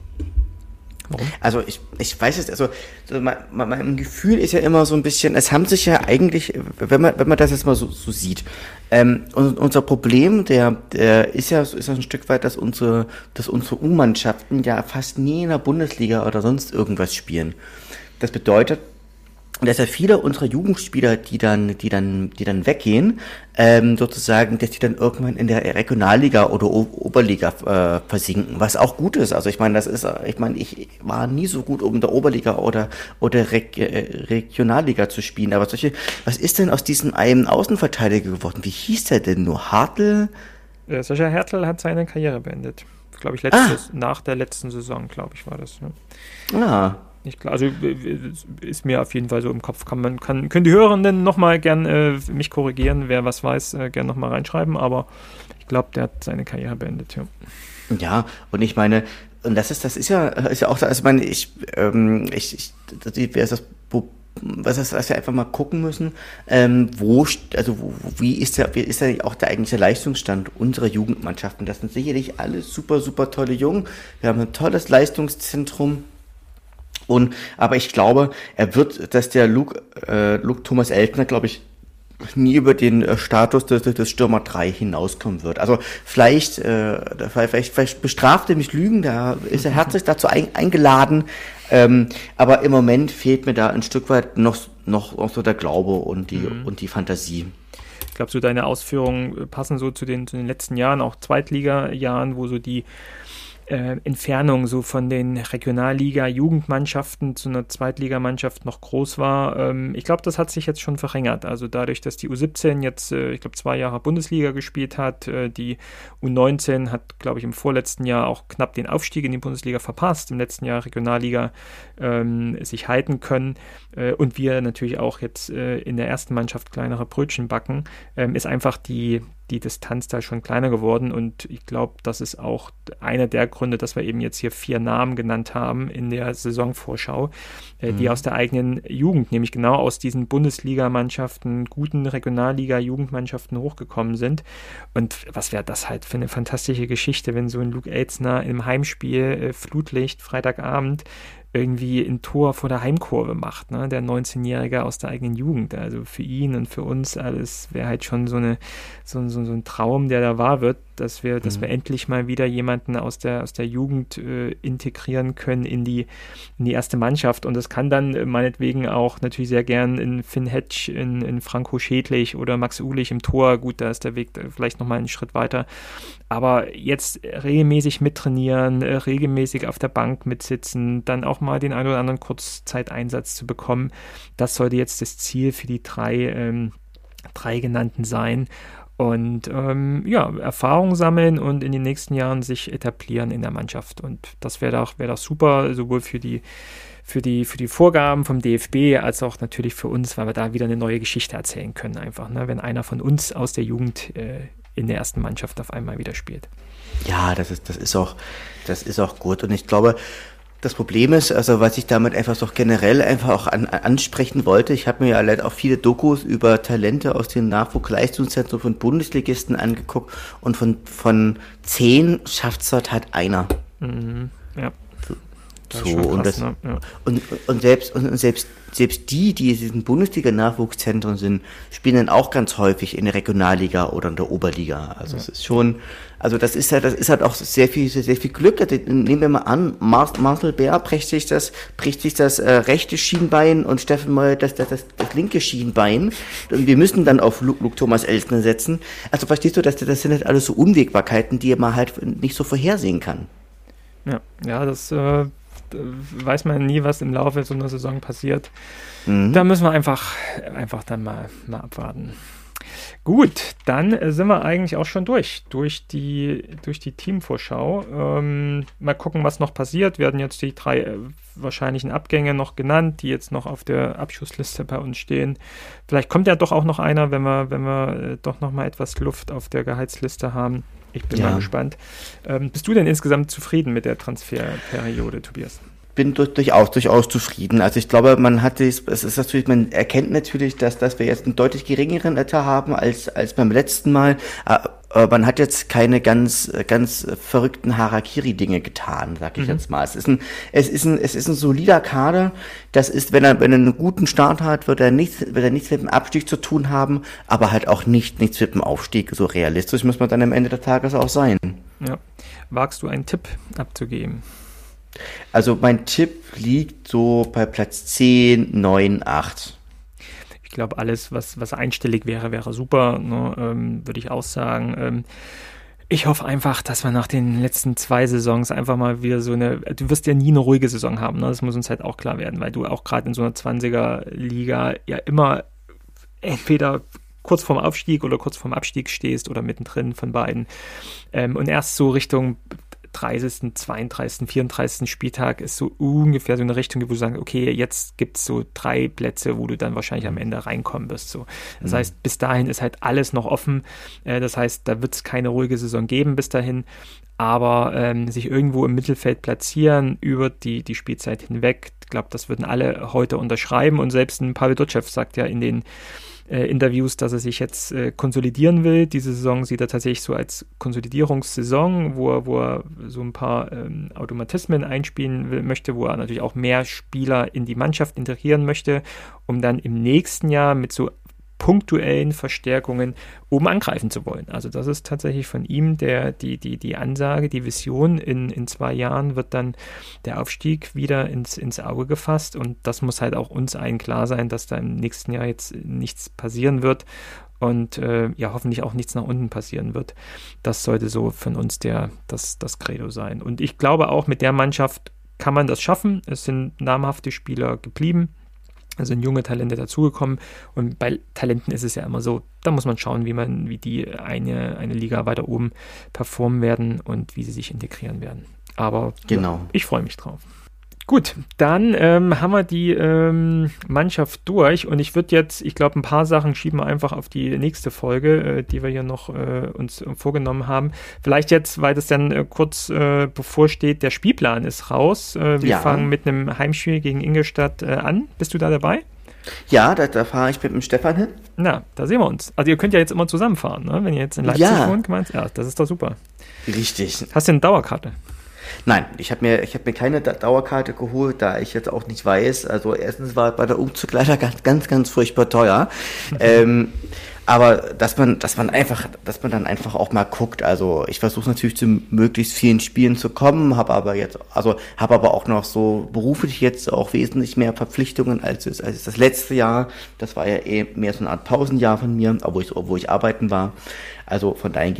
A: Warum?
B: Also ich, ich weiß es, also so mein, mein Gefühl ist ja immer so ein bisschen, es haben sich ja eigentlich, wenn man, wenn man das jetzt mal so, so sieht, ähm, unser Problem, der, der ist ja, ist ja ein Stück weit, dass unsere, dass unsere U-Mannschaften ja fast nie in der Bundesliga oder sonst irgendwas spielen. Das bedeutet, dass ja viele unserer Jugendspieler, die dann, die dann, die dann weggehen, ähm, sozusagen, dass die dann irgendwann in der Regionalliga oder o- Oberliga äh, versinken, was auch gut ist. Also ich meine, das ist, ich meine, ich war nie so gut, um in der Oberliga oder oder Reg- äh, Regionalliga zu spielen. Aber solche, was ist denn aus diesem einen Außenverteidiger geworden? Wie hieß der denn nur? Hartl?
A: Äh, Sascha Hertel hat seine Karriere beendet. Glaube ich, letztes,
B: Ah.
A: nach der letzten Saison, glaube ich, war das. Ja.
B: Ah.
A: Nicht klar, also äh, ist mir auf jeden Fall so im Kopf. Kann man, kann, können die Hörenden nochmal gern äh, mich korrigieren, wer was weiß, äh, gern nochmal reinschreiben, aber ich glaube, der hat seine Karriere beendet, ja.
B: Ja, und ich meine, und das ist, das ist ja, ist ja auch, also ich meine, ich, ähm, ich, ich, das ist das, was ist, was wir einfach mal gucken müssen, ähm, wo, also wo, wie ist der, wie ist der auch der eigentliche Leistungsstand unserer Jugendmannschaften? Das sind sicherlich alle super, super tolle Jungen. Wir haben ein tolles Leistungszentrum. Und, aber ich glaube, er wird, dass der Luke, äh, Luke Thomas Elzner, glaube ich, nie über den äh, Status des, des Stürmer drei hinauskommen wird. Also vielleicht, äh, vielleicht, vielleicht bestraft er mich Lügen, da ist er herzlich dazu ein, eingeladen, ähm, aber im Moment fehlt mir da ein Stück weit noch, noch, noch so der Glaube und die, mhm. und die Fantasie.
A: Ich glaube, so deine Ausführungen passen so zu den, zu den letzten Jahren, auch Zweitliga-Jahren, wo so die Äh, Entfernung so von den Regionalliga-Jugendmannschaften zu einer Zweitligamannschaft noch groß war. Ähm, ich glaube, das hat sich jetzt schon verringert. Also dadurch, dass die U siebzehn jetzt, äh, ich glaube, zwei Jahre Bundesliga gespielt hat, äh, die U neunzehn hat, glaube ich, im vorletzten Jahr auch knapp den Aufstieg in die Bundesliga verpasst, im letzten Jahr Regionalliga ähm, sich halten können äh, und wir natürlich auch jetzt äh, in der ersten Mannschaft kleinere Brötchen backen, ähm, ist einfach die die Distanz da schon kleiner geworden und ich glaube, das ist auch einer der Gründe, dass wir eben jetzt hier vier Namen genannt haben in der Saisonvorschau, äh, mhm. die aus der eigenen Jugend, nämlich genau aus diesen Bundesligamannschaften, guten Regionalliga-Jugendmannschaften hochgekommen sind. Und was wäre das halt für eine fantastische Geschichte, wenn so ein Luke Elzner im Heimspiel, äh, Flutlicht, Freitagabend, irgendwie ein Tor vor der Heimkurve macht, ne? Der neunzehnjährige aus der eigenen Jugend. Also für ihn und für uns alles wäre halt schon so eine so, so, so ein Traum, der da wahr wird, dass wir, mhm. dass wir endlich mal wieder jemanden aus der aus der Jugend äh, integrieren können in die in die erste Mannschaft. Und das kann dann äh, meinetwegen auch natürlich sehr gern in Finn Hetsch, in, in Franco Schädlich oder Max Ulich im Tor. Gut, da ist der Weg äh, vielleicht nochmal einen Schritt weiter. Aber jetzt regelmäßig mittrainieren, äh, regelmäßig auf der Bank mitsitzen, dann auch mal den einen oder anderen Kurzzeiteinsatz zu bekommen, das sollte jetzt das Ziel für die drei, ähm, drei genannten sein. Und ähm, ja, Erfahrung sammeln und in den nächsten Jahren sich etablieren in der Mannschaft. Und das wäre doch, wär doch super, sowohl für die, für, die, für die Vorgaben vom D F B als auch natürlich für uns, weil wir da wieder eine neue Geschichte erzählen können, einfach, ne? Wenn einer von uns aus der Jugend äh, in der ersten Mannschaft auf einmal wieder spielt.
B: Ja, das ist, das ist auch, das ist auch gut. Und ich glaube, das Problem ist, also was ich damit einfach so generell einfach auch an, ansprechen wollte, ich habe mir ja leider auch viele Dokus über Talente aus den Nachwuchsleistungszentren von Bundesligisten angeguckt und von, von zehn schafft es dort halt einer.
A: Mhm, ja.
B: Das so, krass, und, das, ne? ja. und, und selbst, und selbst, selbst die, die in diesen Bundesliga-Nachwuchszentren sind, spielen dann auch ganz häufig in der Regionalliga oder in der Oberliga. Also ja. es ist schon, also das ist halt, das ist halt auch sehr viel, sehr, sehr viel Glück. Nehmen wir mal an, Mar- Marcel Bär bricht sich das, bricht sich das äh, rechte Schienbein und Steffen Moll das, das, das, das linke Schienbein. Und wir müssen dann auf Luke, Luke Thomas Elzner setzen. Also verstehst du, dass das sind halt alles so Unwägbarkeiten, die man halt nicht so vorhersehen kann.
A: Ja, ja, das äh weiß man nie, was im Laufe so einer Saison passiert. Mhm. Da müssen wir einfach, einfach dann mal, mal abwarten. Gut, dann sind wir eigentlich auch schon durch, durch die, durch die Teamvorschau. Ähm, mal gucken, was noch passiert. Wir werden jetzt die drei äh, wahrscheinlichen Abgänge noch genannt, die jetzt noch auf der Abschussliste bei uns stehen. Vielleicht kommt ja doch auch noch einer, wenn wir, wenn wir äh, doch noch mal etwas Luft auf der Gehaltsliste haben. Ich bin ja. mal gespannt. Ähm, bist du denn insgesamt zufrieden mit der Transferperiode, Tobias?
B: Bin durch, durchaus, durchaus zufrieden. Also ich glaube, man hat es, es ist natürlich, man erkennt natürlich, dass, dass wir jetzt einen deutlich geringeren Etat haben als, als beim letzten Mal. Aber man hat jetzt keine ganz, ganz verrückten Harakiri-Dinge getan, sag ich mhm. jetzt mal. Es ist ein, es ist ein, es ist ein solider Kader. Das ist, wenn er, wenn er einen guten Start hat, wird er nichts, wird er nichts mit dem Abstieg zu tun haben, aber halt auch nicht, nichts mit dem Aufstieg. So realistisch muss man dann am Ende des Tages auch sein.
A: Ja. Wagst du einen Tipp abzugeben?
B: Also mein Tipp liegt so bei Platz zehn, neun, acht.
A: Ich glaube, alles, was, was einstellig wäre, wäre super, ne? ähm, würde ich auch sagen. Ähm, ich hoffe einfach, dass wir nach den letzten zwei Saisons einfach mal wieder so eine, du wirst ja nie eine ruhige Saison haben, ne? Das muss uns halt auch klar werden, weil du auch gerade in so einer zwanziger-Liga ja immer entweder kurz vorm Aufstieg oder kurz vorm Abstieg stehst oder mittendrin von beiden. Ähm, und erst so Richtung dreißigsten, zweiunddreißigsten, vierunddreißigsten Spieltag ist so ungefähr so eine Richtung, wo du sagst, okay, jetzt gibt es so drei Plätze, wo du dann wahrscheinlich am Ende reinkommen wirst. So. Das mhm. heißt, bis dahin ist halt alles noch offen. Äh, das heißt, da wird es keine ruhige Saison geben bis dahin. Aber ähm, sich irgendwo im Mittelfeld platzieren über die, die Spielzeit hinweg, ich glaube, das würden alle heute unterschreiben. Und selbst ein Pavel Dotschew sagt ja in den Äh, Interviews, dass er sich jetzt äh, konsolidieren will. Diese Saison sieht er tatsächlich so als Konsolidierungssaison, wo er, wo er so ein paar ähm, Automatismen einspielen will, möchte, wo er natürlich auch mehr Spieler in die Mannschaft integrieren möchte, um dann im nächsten Jahr mit so punktuellen Verstärkungen oben angreifen zu wollen. Also das ist tatsächlich von ihm der, die, die, die Ansage, die Vision. In, in zwei Jahren wird dann der Aufstieg wieder ins, ins Auge gefasst und das muss halt auch uns allen klar sein, dass da im nächsten Jahr jetzt nichts passieren wird und äh, ja hoffentlich auch nichts nach unten passieren wird. Das sollte so von uns der, das, das Credo sein. Und ich glaube auch, mit der Mannschaft kann man das schaffen. Es sind namhafte Spieler geblieben. Da sind junge Talente dazugekommen und bei Talenten ist es ja immer so, da muss man schauen, wie man, wie die eine, eine Liga weiter oben performen werden und wie sie sich integrieren werden. Aber
B: genau.
A: Ja, ich freue mich drauf. Gut, dann ähm, haben wir die ähm, Mannschaft durch und ich würde jetzt, ich glaube, ein paar Sachen schieben wir einfach auf die nächste Folge, äh, die wir hier noch äh, uns äh, vorgenommen haben. Vielleicht jetzt, weil das dann äh, kurz äh, bevorsteht, der Spielplan ist raus. Äh, wir ja. fangen mit einem Heimspiel gegen Ingolstadt äh, an. Bist du da dabei?
B: Ja, da, da fahre ich mit dem Stefan hin.
A: Na, da sehen wir uns. Also ihr könnt ja jetzt immer zusammenfahren, ne? Wenn ihr jetzt in Leipzig
B: ja.
A: wohnt, gemeint, ja, das ist doch super.
B: Richtig.
A: Hast du eine Dauerkarte?
B: Nein, ich habe mir, ich hab mir keine Dauerkarte geholt, da ich jetzt auch nicht weiß. Also erstens war bei der Umzug leider ganz, ganz, ganz furchtbar teuer. ähm, aber dass man, dass man einfach, dass man dann einfach auch mal guckt. Also ich versuche natürlich zu möglichst vielen Spielen zu kommen, habe aber jetzt, also habe aber auch noch so beruflich jetzt auch wesentlich mehr Verpflichtungen als, als das letzte Jahr. Das war ja eh mehr so eine Art Pausenjahr von mir, obwohl ich, obwohl ich arbeiten war. Also von dahin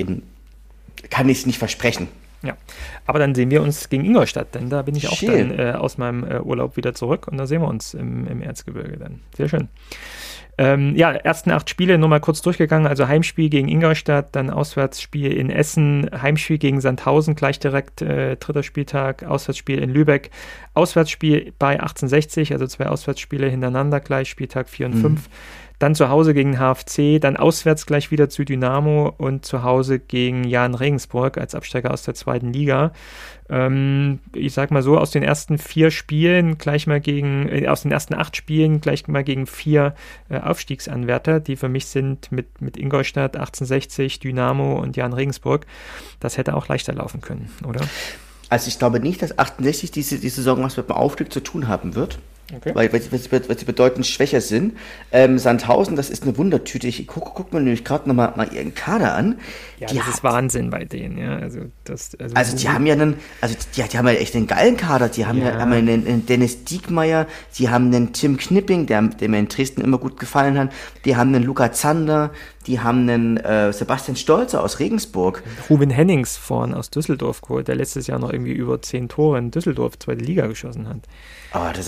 B: kann ich es nicht versprechen.
A: Ja, aber dann sehen wir uns gegen Ingolstadt, denn da bin ich auch schön. dann äh, aus meinem äh, Urlaub wieder zurück und da sehen wir uns im, im Erzgebirge dann. Sehr schön. Ähm, ja, ersten acht Spiele nur mal kurz durchgegangen, also Heimspiel gegen Ingolstadt, dann Auswärtsspiel in Essen, Heimspiel gegen Sandhausen, gleich direkt äh, dritter Spieltag, Auswärtsspiel in Lübeck, Auswärtsspiel bei achtzehnhundertsechzig, also zwei Auswärtsspiele hintereinander gleich, Spieltag vier und mhm. fünf. Dann zu Hause gegen H F C, dann auswärts gleich wieder zu Dynamo und zu Hause gegen Jahn Regensburg als Absteiger aus der zweiten Liga. Ähm, ich sag mal so, aus den ersten vier Spielen gleich mal gegen, äh, aus den ersten acht Spielen gleich mal gegen vier äh, Aufstiegsanwärter, die für mich sind mit, mit Ingolstadt, achtzehnhundertsechzig, Dynamo und Jahn Regensburg. Das hätte auch leichter laufen können, oder?
B: Also ich glaube nicht, dass achtundsechzig diese, diese Saison was mit dem Aufstieg zu tun haben wird. Okay. Weil, weil, sie, weil sie bedeutend schwächer sind. Ähm, Sandhausen, das ist eine Wundertüte. Ich gucke guck mir nämlich gerade nochmal mal ihren Kader an.
A: Ja, die das hat, ist Wahnsinn bei denen, ja. Also, das, also,
B: also die haben ja einen, also die, die haben ja echt einen geilen Kader. Die haben ja, ja haben einen, einen Dennis Diekmeyer, die haben einen Tim Knipping, der, der mir in Dresden immer gut gefallen hat. Die haben einen Luca Zander, die haben einen äh, Sebastian Stolzer aus Regensburg.
A: Ruben Hennings vorn aus Düsseldorf geholt, der letztes Jahr noch irgendwie über zehn Tore in Düsseldorf zweite Liga geschossen hat.
B: Aber oh, das ist echt krass.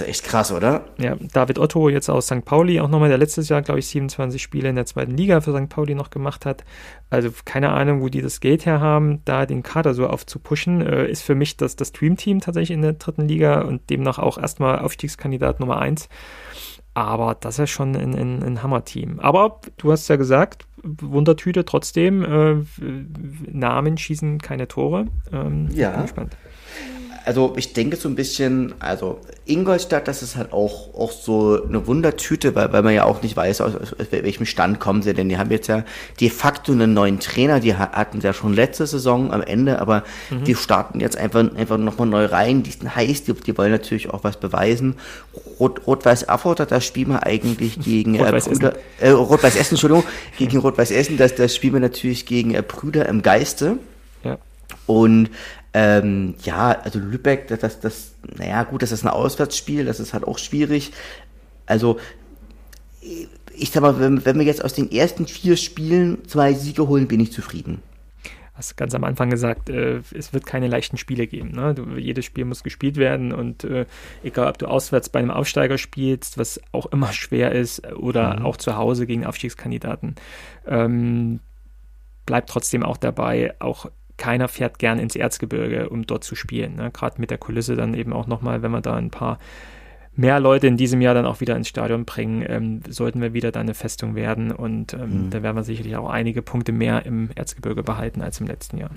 B: krass, oder?
A: Ja, David Otto jetzt aus Sankt Pauli, auch nochmal, der letztes Jahr, glaube ich, siebenundzwanzig Spiele in der zweiten Liga für Sankt Pauli noch gemacht hat. Also keine Ahnung, wo die das Geld her haben, da den Kader so aufzupushen, äh, ist für mich das, das Dream-Team tatsächlich in der dritten Liga und demnach auch erstmal Aufstiegskandidat Nummer eins. Aber das ist schon ein, ein, ein Hammer-Team. Aber du hast ja gesagt, Wundertüte trotzdem, äh, Namen schießen keine Tore. Ähm,
B: ja.
A: Bin gespannt.
B: Also ich denke so ein bisschen, also Ingolstadt, das ist halt auch, auch so eine Wundertüte, weil, weil man ja auch nicht weiß, aus, aus welchem Stand kommen sie, denn die haben jetzt ja de facto einen neuen Trainer, die hatten sie ja schon letzte Saison am Ende, aber mhm. die starten jetzt einfach, einfach nochmal neu rein, die sind heiß, die, die wollen natürlich auch was beweisen. Rot, Rot-Weiß Erfurt, da spielen wir eigentlich gegen
A: Rot-Weiß
B: äh, Brüder, äh, Rot-Weiß Essen, Entschuldigung, gegen Rot-Weiß Essen, das, das spielen wir natürlich gegen äh, Brüder im Geiste.
A: Ja.
B: Und Ähm, ja, also Lübeck, das, das, das, naja, gut, das ist ein Auswärtsspiel, das ist halt auch schwierig. Also, ich sag mal, wenn, wenn wir jetzt aus den ersten vier Spielen zwei Siege holen, bin ich zufrieden.
A: Hast ganz am Anfang gesagt, äh, es wird keine leichten Spiele geben. Ne? Du, jedes Spiel muss gespielt werden und äh, egal, ob du auswärts bei einem Aufsteiger spielst, was auch immer schwer ist, oder mhm. auch zu Hause gegen Aufstiegskandidaten, ähm, bleibt trotzdem auch dabei, auch keiner fährt gern ins Erzgebirge, um dort zu spielen. Ne? Gerade mit der Kulisse dann eben auch nochmal, wenn wir da ein paar mehr Leute in diesem Jahr dann auch wieder ins Stadion bringen, ähm, sollten wir wieder da eine Festung werden und ähm, mhm. da werden wir sicherlich auch einige Punkte mehr im Erzgebirge behalten als im letzten Jahr.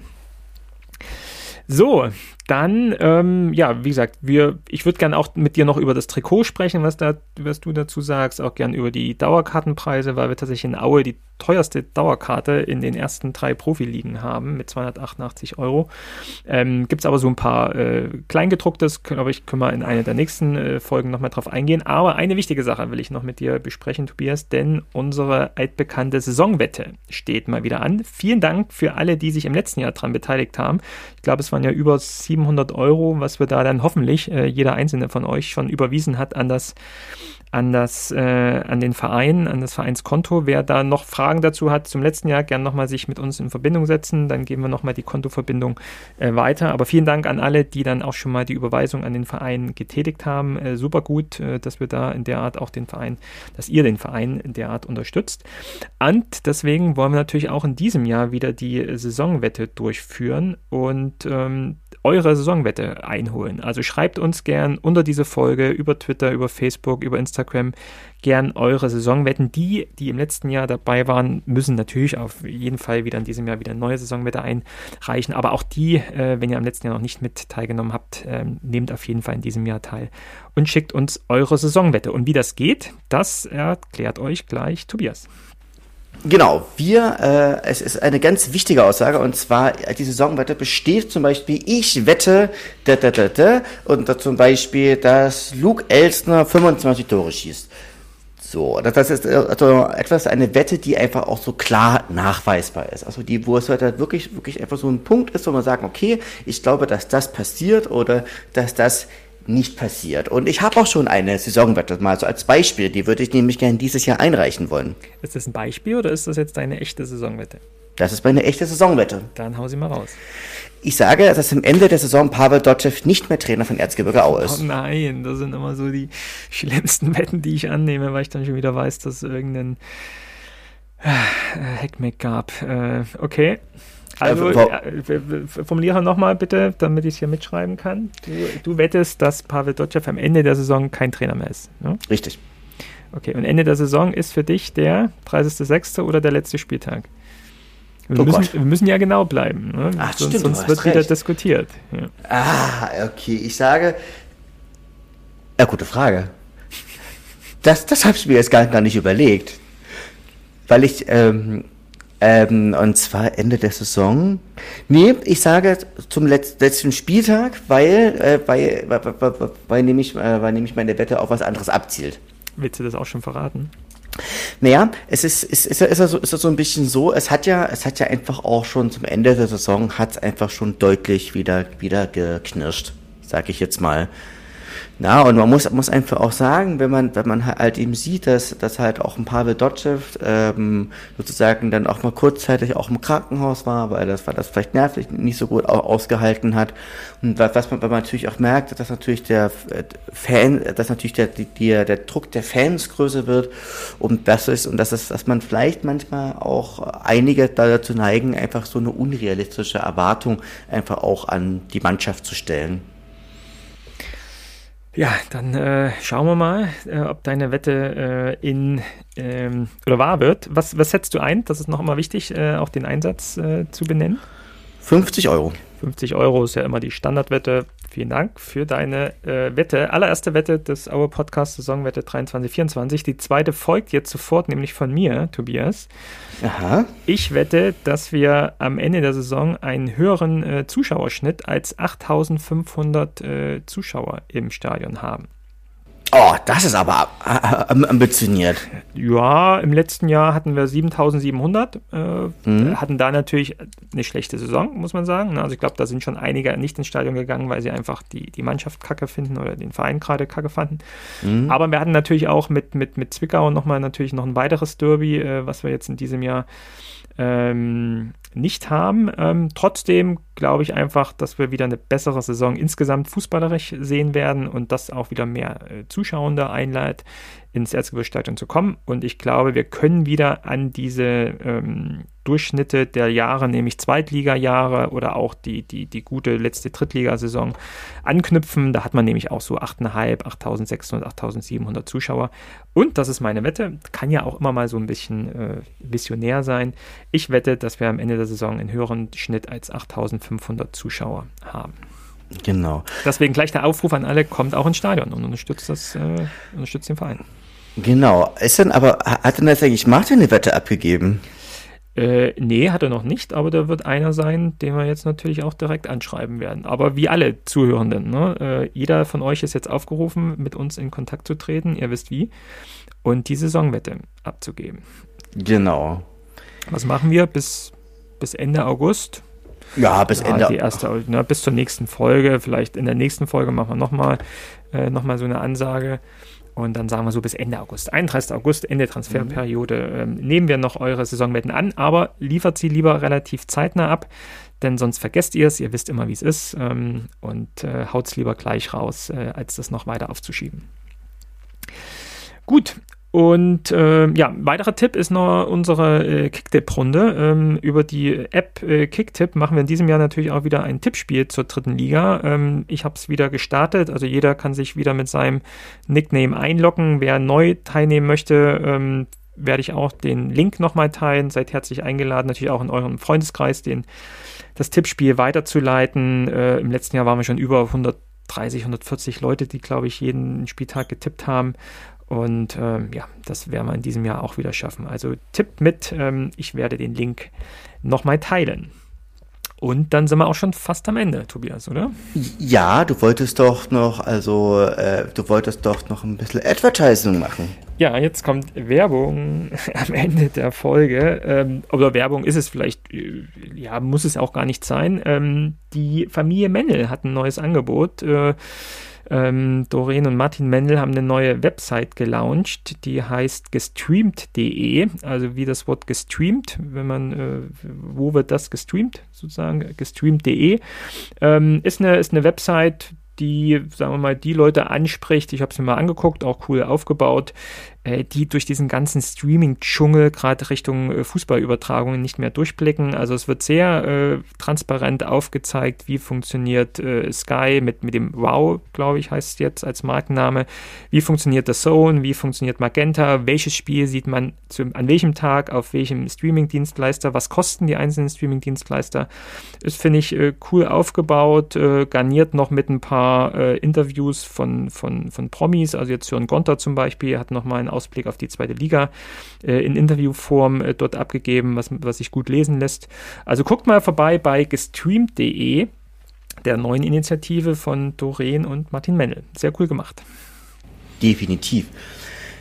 A: So, dann, ähm, ja, wie gesagt, wir, ich würde gerne auch mit dir noch über das Trikot sprechen, was da, was du dazu sagst, auch gern über die Dauerkartenpreise, weil wir tatsächlich in Aue die teuerste Dauerkarte in den ersten drei Profiligen haben mit zweihundertachtundachtzig Euro. Ähm, gibt es aber so ein paar äh, Kleingedrucktes, glaube ich, können wir in einer der nächsten äh, Folgen nochmal drauf eingehen. Aber eine wichtige Sache will ich noch mit dir besprechen, Tobias, denn unsere altbekannte Saisonwette steht mal wieder an. Vielen Dank für alle, die sich im letzten Jahr dran beteiligt haben. Ich glaube, es waren ja über siebenhundert Euro, was wir da dann hoffentlich äh, jeder einzelne von euch schon überwiesen hat an das an das, äh, an den Verein, an das Vereinskonto. Wer da noch Fragen dazu hat zum letzten Jahr, gern nochmal sich mit uns in Verbindung setzen. Dann geben wir nochmal die Kontoverbindung äh, weiter. Aber vielen Dank an alle, die dann auch schon mal die Überweisung an den Verein getätigt haben. Äh, super gut, äh, dass wir da in der Art auch den Verein, dass ihr den Verein in der Art unterstützt. Und deswegen wollen wir natürlich auch in diesem Jahr wieder die Saisonwette durchführen und ähm, eure Saisonwette einholen. Also schreibt uns gern unter diese Folge über Twitter, über Facebook, über Instagram gern eure Saisonwetten. Die, die im letzten Jahr dabei waren, müssen natürlich auf jeden Fall wieder in diesem Jahr wieder eine neue Saisonwette einreichen. Aber auch die, äh, wenn ihr am letzten Jahr noch nicht mit teilgenommen habt, äh, nehmt auf jeden Fall in diesem Jahr teil und schickt uns eure Saisonwette. Und wie das geht, das erklärt euch gleich Tobias.
B: Genau, wir, äh, es ist eine ganz wichtige Aussage, und zwar, die Saisonwette besteht zum Beispiel, ich wette, da, da, da, da, und da zum Beispiel, dass Luke Elsner fünfundzwanzig Tore schießt. So, das ist also etwas, eine Wette, die einfach auch so klar nachweisbar ist. Also die, wo es halt wirklich, wirklich einfach so ein Punkt ist, wo man sagt, okay, ich glaube, dass das passiert oder dass das nicht passiert. Und ich habe auch schon eine Saisonwette mal so als Beispiel, die würde ich nämlich gerne dieses Jahr einreichen wollen.
A: Ist das ein Beispiel oder ist das jetzt deine echte Saisonwette?
B: Das ist meine echte Saisonwette.
A: Dann hau sie mal raus.
B: Ich sage, dass am Ende der Saison Pavel Dotschew nicht mehr Trainer von Erzgebirge Aue ist.
A: Oh nein, das sind immer so die schlimmsten Wetten, die ich annehme, weil ich dann schon wieder weiß, dass es irgendeinen äh, Heckmeck gab. Äh, okay. Also, äh, formuliere nochmal bitte, damit ich es hier mitschreiben kann. Du, du wettest, dass Pavel Dotschew am Ende der Saison kein Trainer mehr ist. Ne?
B: Richtig.
A: Okay, und Ende der Saison ist für dich der dreißigster sechster oder der letzte Spieltag? Wir,
B: oh
A: müssen,
B: Gott.
A: wir müssen ja genau bleiben. Ne?
B: Ach,
A: sonst
B: stimmt,
A: sonst wird
B: recht.
A: wieder diskutiert. Ja.
B: Ah, okay, ich sage... Ja, gute Frage. Das, das habe ich mir jetzt gar, gar nicht überlegt. Weil ich... Ähm, Ähm, und zwar Ende der Saison. Nee, ich sage zum Letz- letzten Spieltag, weil, äh, weil, weil, weil, weil, nämlich, äh, weil nämlich meine Wette auf was anderes abzielt.
A: Willst du das auch schon verraten?
B: Naja, es ist, ist, ist, ist, so, ist so ein bisschen so, es hat ja, es hat ja einfach auch schon zum Ende der Saison, hat es einfach schon deutlich wieder, wieder geknirscht, sag ich jetzt mal. Na, und man muss, muss einfach auch sagen, wenn man, wenn man halt eben sieht, dass, dass halt auch ein Pavel Dotschew ähm, sozusagen dann auch mal kurzzeitig auch im Krankenhaus war, weil das, weil das vielleicht nervlich nicht so gut ausgehalten hat. Und was man, weil man natürlich auch merkt, dass natürlich der Fan, dass natürlich der, der, der Druck der Fans größer wird. Und das ist, und das ist, dass man vielleicht manchmal auch einige dazu neigen, einfach so eine unrealistische Erwartung einfach auch an die Mannschaft zu stellen.
A: Ja, dann äh, schauen wir mal, äh, ob deine Wette äh, in ähm, oder wahr wird. Was, was setzt du ein? Das ist noch immer wichtig, äh, auch den Einsatz äh, zu benennen.
B: fünfzig Euro.
A: fünfzig Euro ist ja immer die Standardwette. Vielen Dank für deine äh, Wette. Allererste Wette des Our Podcast Saisonwette dreiundzwanzig vierundzwanzig. Die zweite folgt jetzt sofort, nämlich von mir, Tobias.
B: Aha.
A: Ich wette, dass wir am Ende der Saison einen höheren äh, Zuschauerschnitt als achttausendfünfhundert äh, Zuschauer im Stadion haben.
B: Oh, das ist aber ambitioniert.
A: Ja, im letzten Jahr hatten wir siebentausendsiebenhundert, äh, mhm. hatten da natürlich eine schlechte Saison, muss man sagen. Also ich glaube, da sind schon einige nicht ins Stadion gegangen, weil sie einfach die, die Mannschaft kacke finden oder den Verein gerade kacke fanden. Mhm. Aber wir hatten natürlich auch mit, mit, mit Zwickau nochmal natürlich noch ein weiteres Derby, äh, was wir jetzt in diesem Jahr ähm, nicht haben. Ähm, trotzdem glaube ich einfach, dass wir wieder eine bessere Saison insgesamt fußballerisch sehen werden und das auch wieder mehr äh, Zuschauende einlädt, ins Erzgebirgsstadion zu kommen. Und ich glaube, wir können wieder an diese ähm, Durchschnitte der Jahre, nämlich Zweitliga-Jahre oder auch die, die, die gute letzte Drittligasaison anknüpfen. Da hat man nämlich auch so achttausendfünfhundert, achttausendsechshundert, achttausendsiebenhundert Zuschauer. Und das ist meine Wette, kann ja auch immer mal so ein bisschen äh, visionär sein. Ich wette, dass wir am Ende der Saison einen höheren Schnitt als achttausendfünfhundert Zuschauer haben.
B: Genau.
A: Deswegen gleich der Aufruf an alle, kommt auch ins Stadion und unterstützt, das, äh, unterstützt den Verein.
B: Genau. Ist denn aber, hat denn tatsächlich Martin eine Wette abgegeben?
A: Äh, nee, hat er noch nicht, aber da wird einer sein, den wir jetzt natürlich auch direkt anschreiben werden. Aber wie alle Zuhörenden, ne? äh, jeder von euch ist jetzt aufgerufen, mit uns in Kontakt zu treten, ihr wisst wie, und die Saisonwette abzugeben.
B: Genau.
A: Was machen wir bis, bis Ende August?
B: Ja, bis
A: ja,
B: Ende.
A: Die erste, ne, bis zur nächsten Folge. Vielleicht in der nächsten Folge machen wir nochmal äh, noch mal so eine Ansage. Und dann sagen wir so bis Ende August. einunddreißigsten August, Ende Transferperiode, mhm. ähm, nehmen wir noch eure Saisonwetten an, aber liefert sie lieber relativ zeitnah ab, denn sonst vergesst ihr es, ihr wisst immer, wie es ist, ähm, und äh, haut es lieber gleich raus, äh, als das noch weiter aufzuschieben. Gut. Und äh, ja, weiterer Tipp ist noch unsere äh, Kicktipp-Runde. Ähm, über die App äh, Kicktipp machen wir in diesem Jahr natürlich auch wieder ein Tippspiel zur dritten Liga. Ähm, ich habe es wieder gestartet, also jeder kann sich wieder mit seinem Nickname einloggen. Wer neu teilnehmen möchte, ähm, werde ich auch den Link nochmal teilen. Seid herzlich eingeladen, natürlich auch in eurem Freundeskreis, den, das Tippspiel weiterzuleiten. Äh, Im letzten Jahr waren wir schon über hundertdreißig, hundertvierzig Leute, die, glaube ich, jeden Spieltag getippt haben. Und ähm, ja, das werden wir in diesem Jahr auch wieder schaffen. Also tippt mit, ähm, ich werde den Link nochmal teilen. Und dann sind wir auch schon fast am Ende, Tobias, oder?
B: Ja, du wolltest doch noch, also äh, du wolltest doch noch ein bisschen Advertising machen.
A: Ja, jetzt kommt Werbung am Ende der Folge. Ähm, oder Werbung ist es vielleicht, ja, muss es auch gar nicht sein. Ähm, die Familie Mendel hat ein neues Angebot. Äh, Ähm, Doreen und Martin Mendel haben eine neue Website gelauncht, die heißt gestreamt punkt de, also wie das Wort gestreamt, wenn man, äh, wo wird das gestreamt, sozusagen, gestreamt punkt de, ähm, ist eine, ist eine Website, die, sagen wir mal, die Leute anspricht, ich habe es mir mal angeguckt, auch cool aufgebaut, äh, die durch diesen ganzen Streaming-Dschungel gerade Richtung äh, Fußballübertragungen nicht mehr durchblicken. Also es wird sehr äh, transparent aufgezeigt, wie funktioniert äh, Sky mit, mit dem Wow, glaube ich, heißt es jetzt als Markenname, wie funktioniert The Zone, wie funktioniert Magenta, welches Spiel sieht man zu, an welchem Tag, auf welchem Streaming-Dienstleister, was kosten die einzelnen Streaming-Dienstleister. Ist, finde ich, äh, cool aufgebaut, äh, garniert noch mit ein paar äh, Interviews von, von, von Promis, also jetzt Jörn Gonter zum Beispiel, hat nochmal einen Ausblick auf die zweite Liga äh, in Interviewform äh, dort abgegeben, was, was sich gut lesen lässt. Also guckt mal vorbei bei gestreamt punkt de, der neuen Initiative von Doreen und Martin Mendel. Sehr cool gemacht.
B: Definitiv.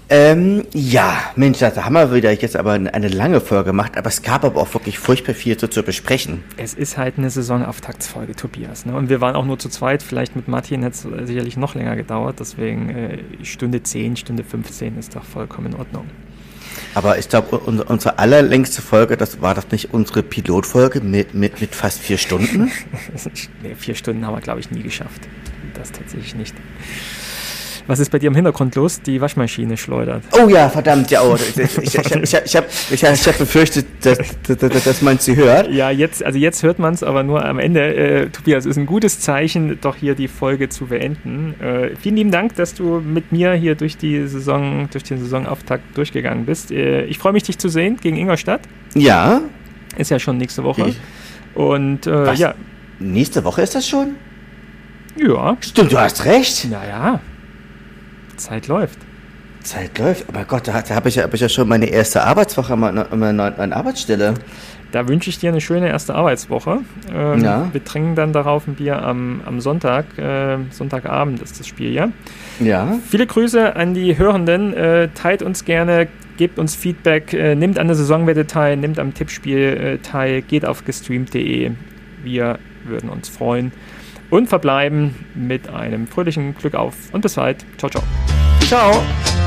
B: Ähm, ja, Mensch, da haben wir wieder jetzt aber eine lange Folge gemacht, aber es gab aber auch wirklich furchtbar viel zu, zu besprechen.
A: Es ist halt eine Saisonauftaktsfolge, Tobias. Ne? Und wir waren auch nur zu zweit, vielleicht mit Martin hätte es sicherlich noch länger gedauert, deswegen äh, Stunde zehn, Stunde fünfzehn ist doch vollkommen in Ordnung.
B: Aber ich glaube, unsere allerlängste Folge, das war das nicht unsere Pilotfolge mit, mit, mit fast vier Stunden?
A: Nee, vier Stunden haben wir, glaube ich, nie geschafft. Das tatsächlich nicht. Was ist bei dir im Hintergrund los? Die Waschmaschine schleudert.
B: Oh ja, verdammt, ja. Oh, ich ich, ich, ich habe ich hab, ich hab, ich hab, ich hab befürchtet, dass, dass, dass man sie hört.
A: Ja, jetzt, also jetzt hört man es, aber nur am Ende. Äh, Tobias, ist ein gutes Zeichen, doch hier die Folge zu beenden. Äh, vielen lieben Dank, dass du mit mir hier durch die Saison, durch den Saisonauftakt durchgegangen bist. Äh, ich freue mich, dich zu sehen gegen Ingolstadt.
B: Ja.
A: Ist ja schon nächste Woche.
B: Ich,
A: Und äh,
B: was?
A: ja.
B: Nächste Woche ist das schon?
A: Ja.
B: Stimmt, du hast recht.
A: Naja. Zeit läuft.
B: Zeit läuft? Aber Gott, da, da habe ich, ja, hab ich ja schon meine erste Arbeitswoche an meiner, meiner Arbeitsstelle.
A: Da wünsche ich dir eine schöne erste Arbeitswoche. Ähm,
B: ja.
A: Wir trinken dann darauf ein Bier am, am Sonntag. Äh, Sonntagabend ist das Spiel, ja?
B: Ja.
A: Viele Grüße an die Hörenden. Äh, teilt uns gerne, gebt uns Feedback, äh, nimmt an der Saisonwette teil, nimmt am Tippspiel äh, teil, geht auf gestreamt punkt de. Wir würden uns freuen. Und verbleiben mit einem fröhlichen Glück auf und bis bald. Ciao, ciao.
B: Ciao.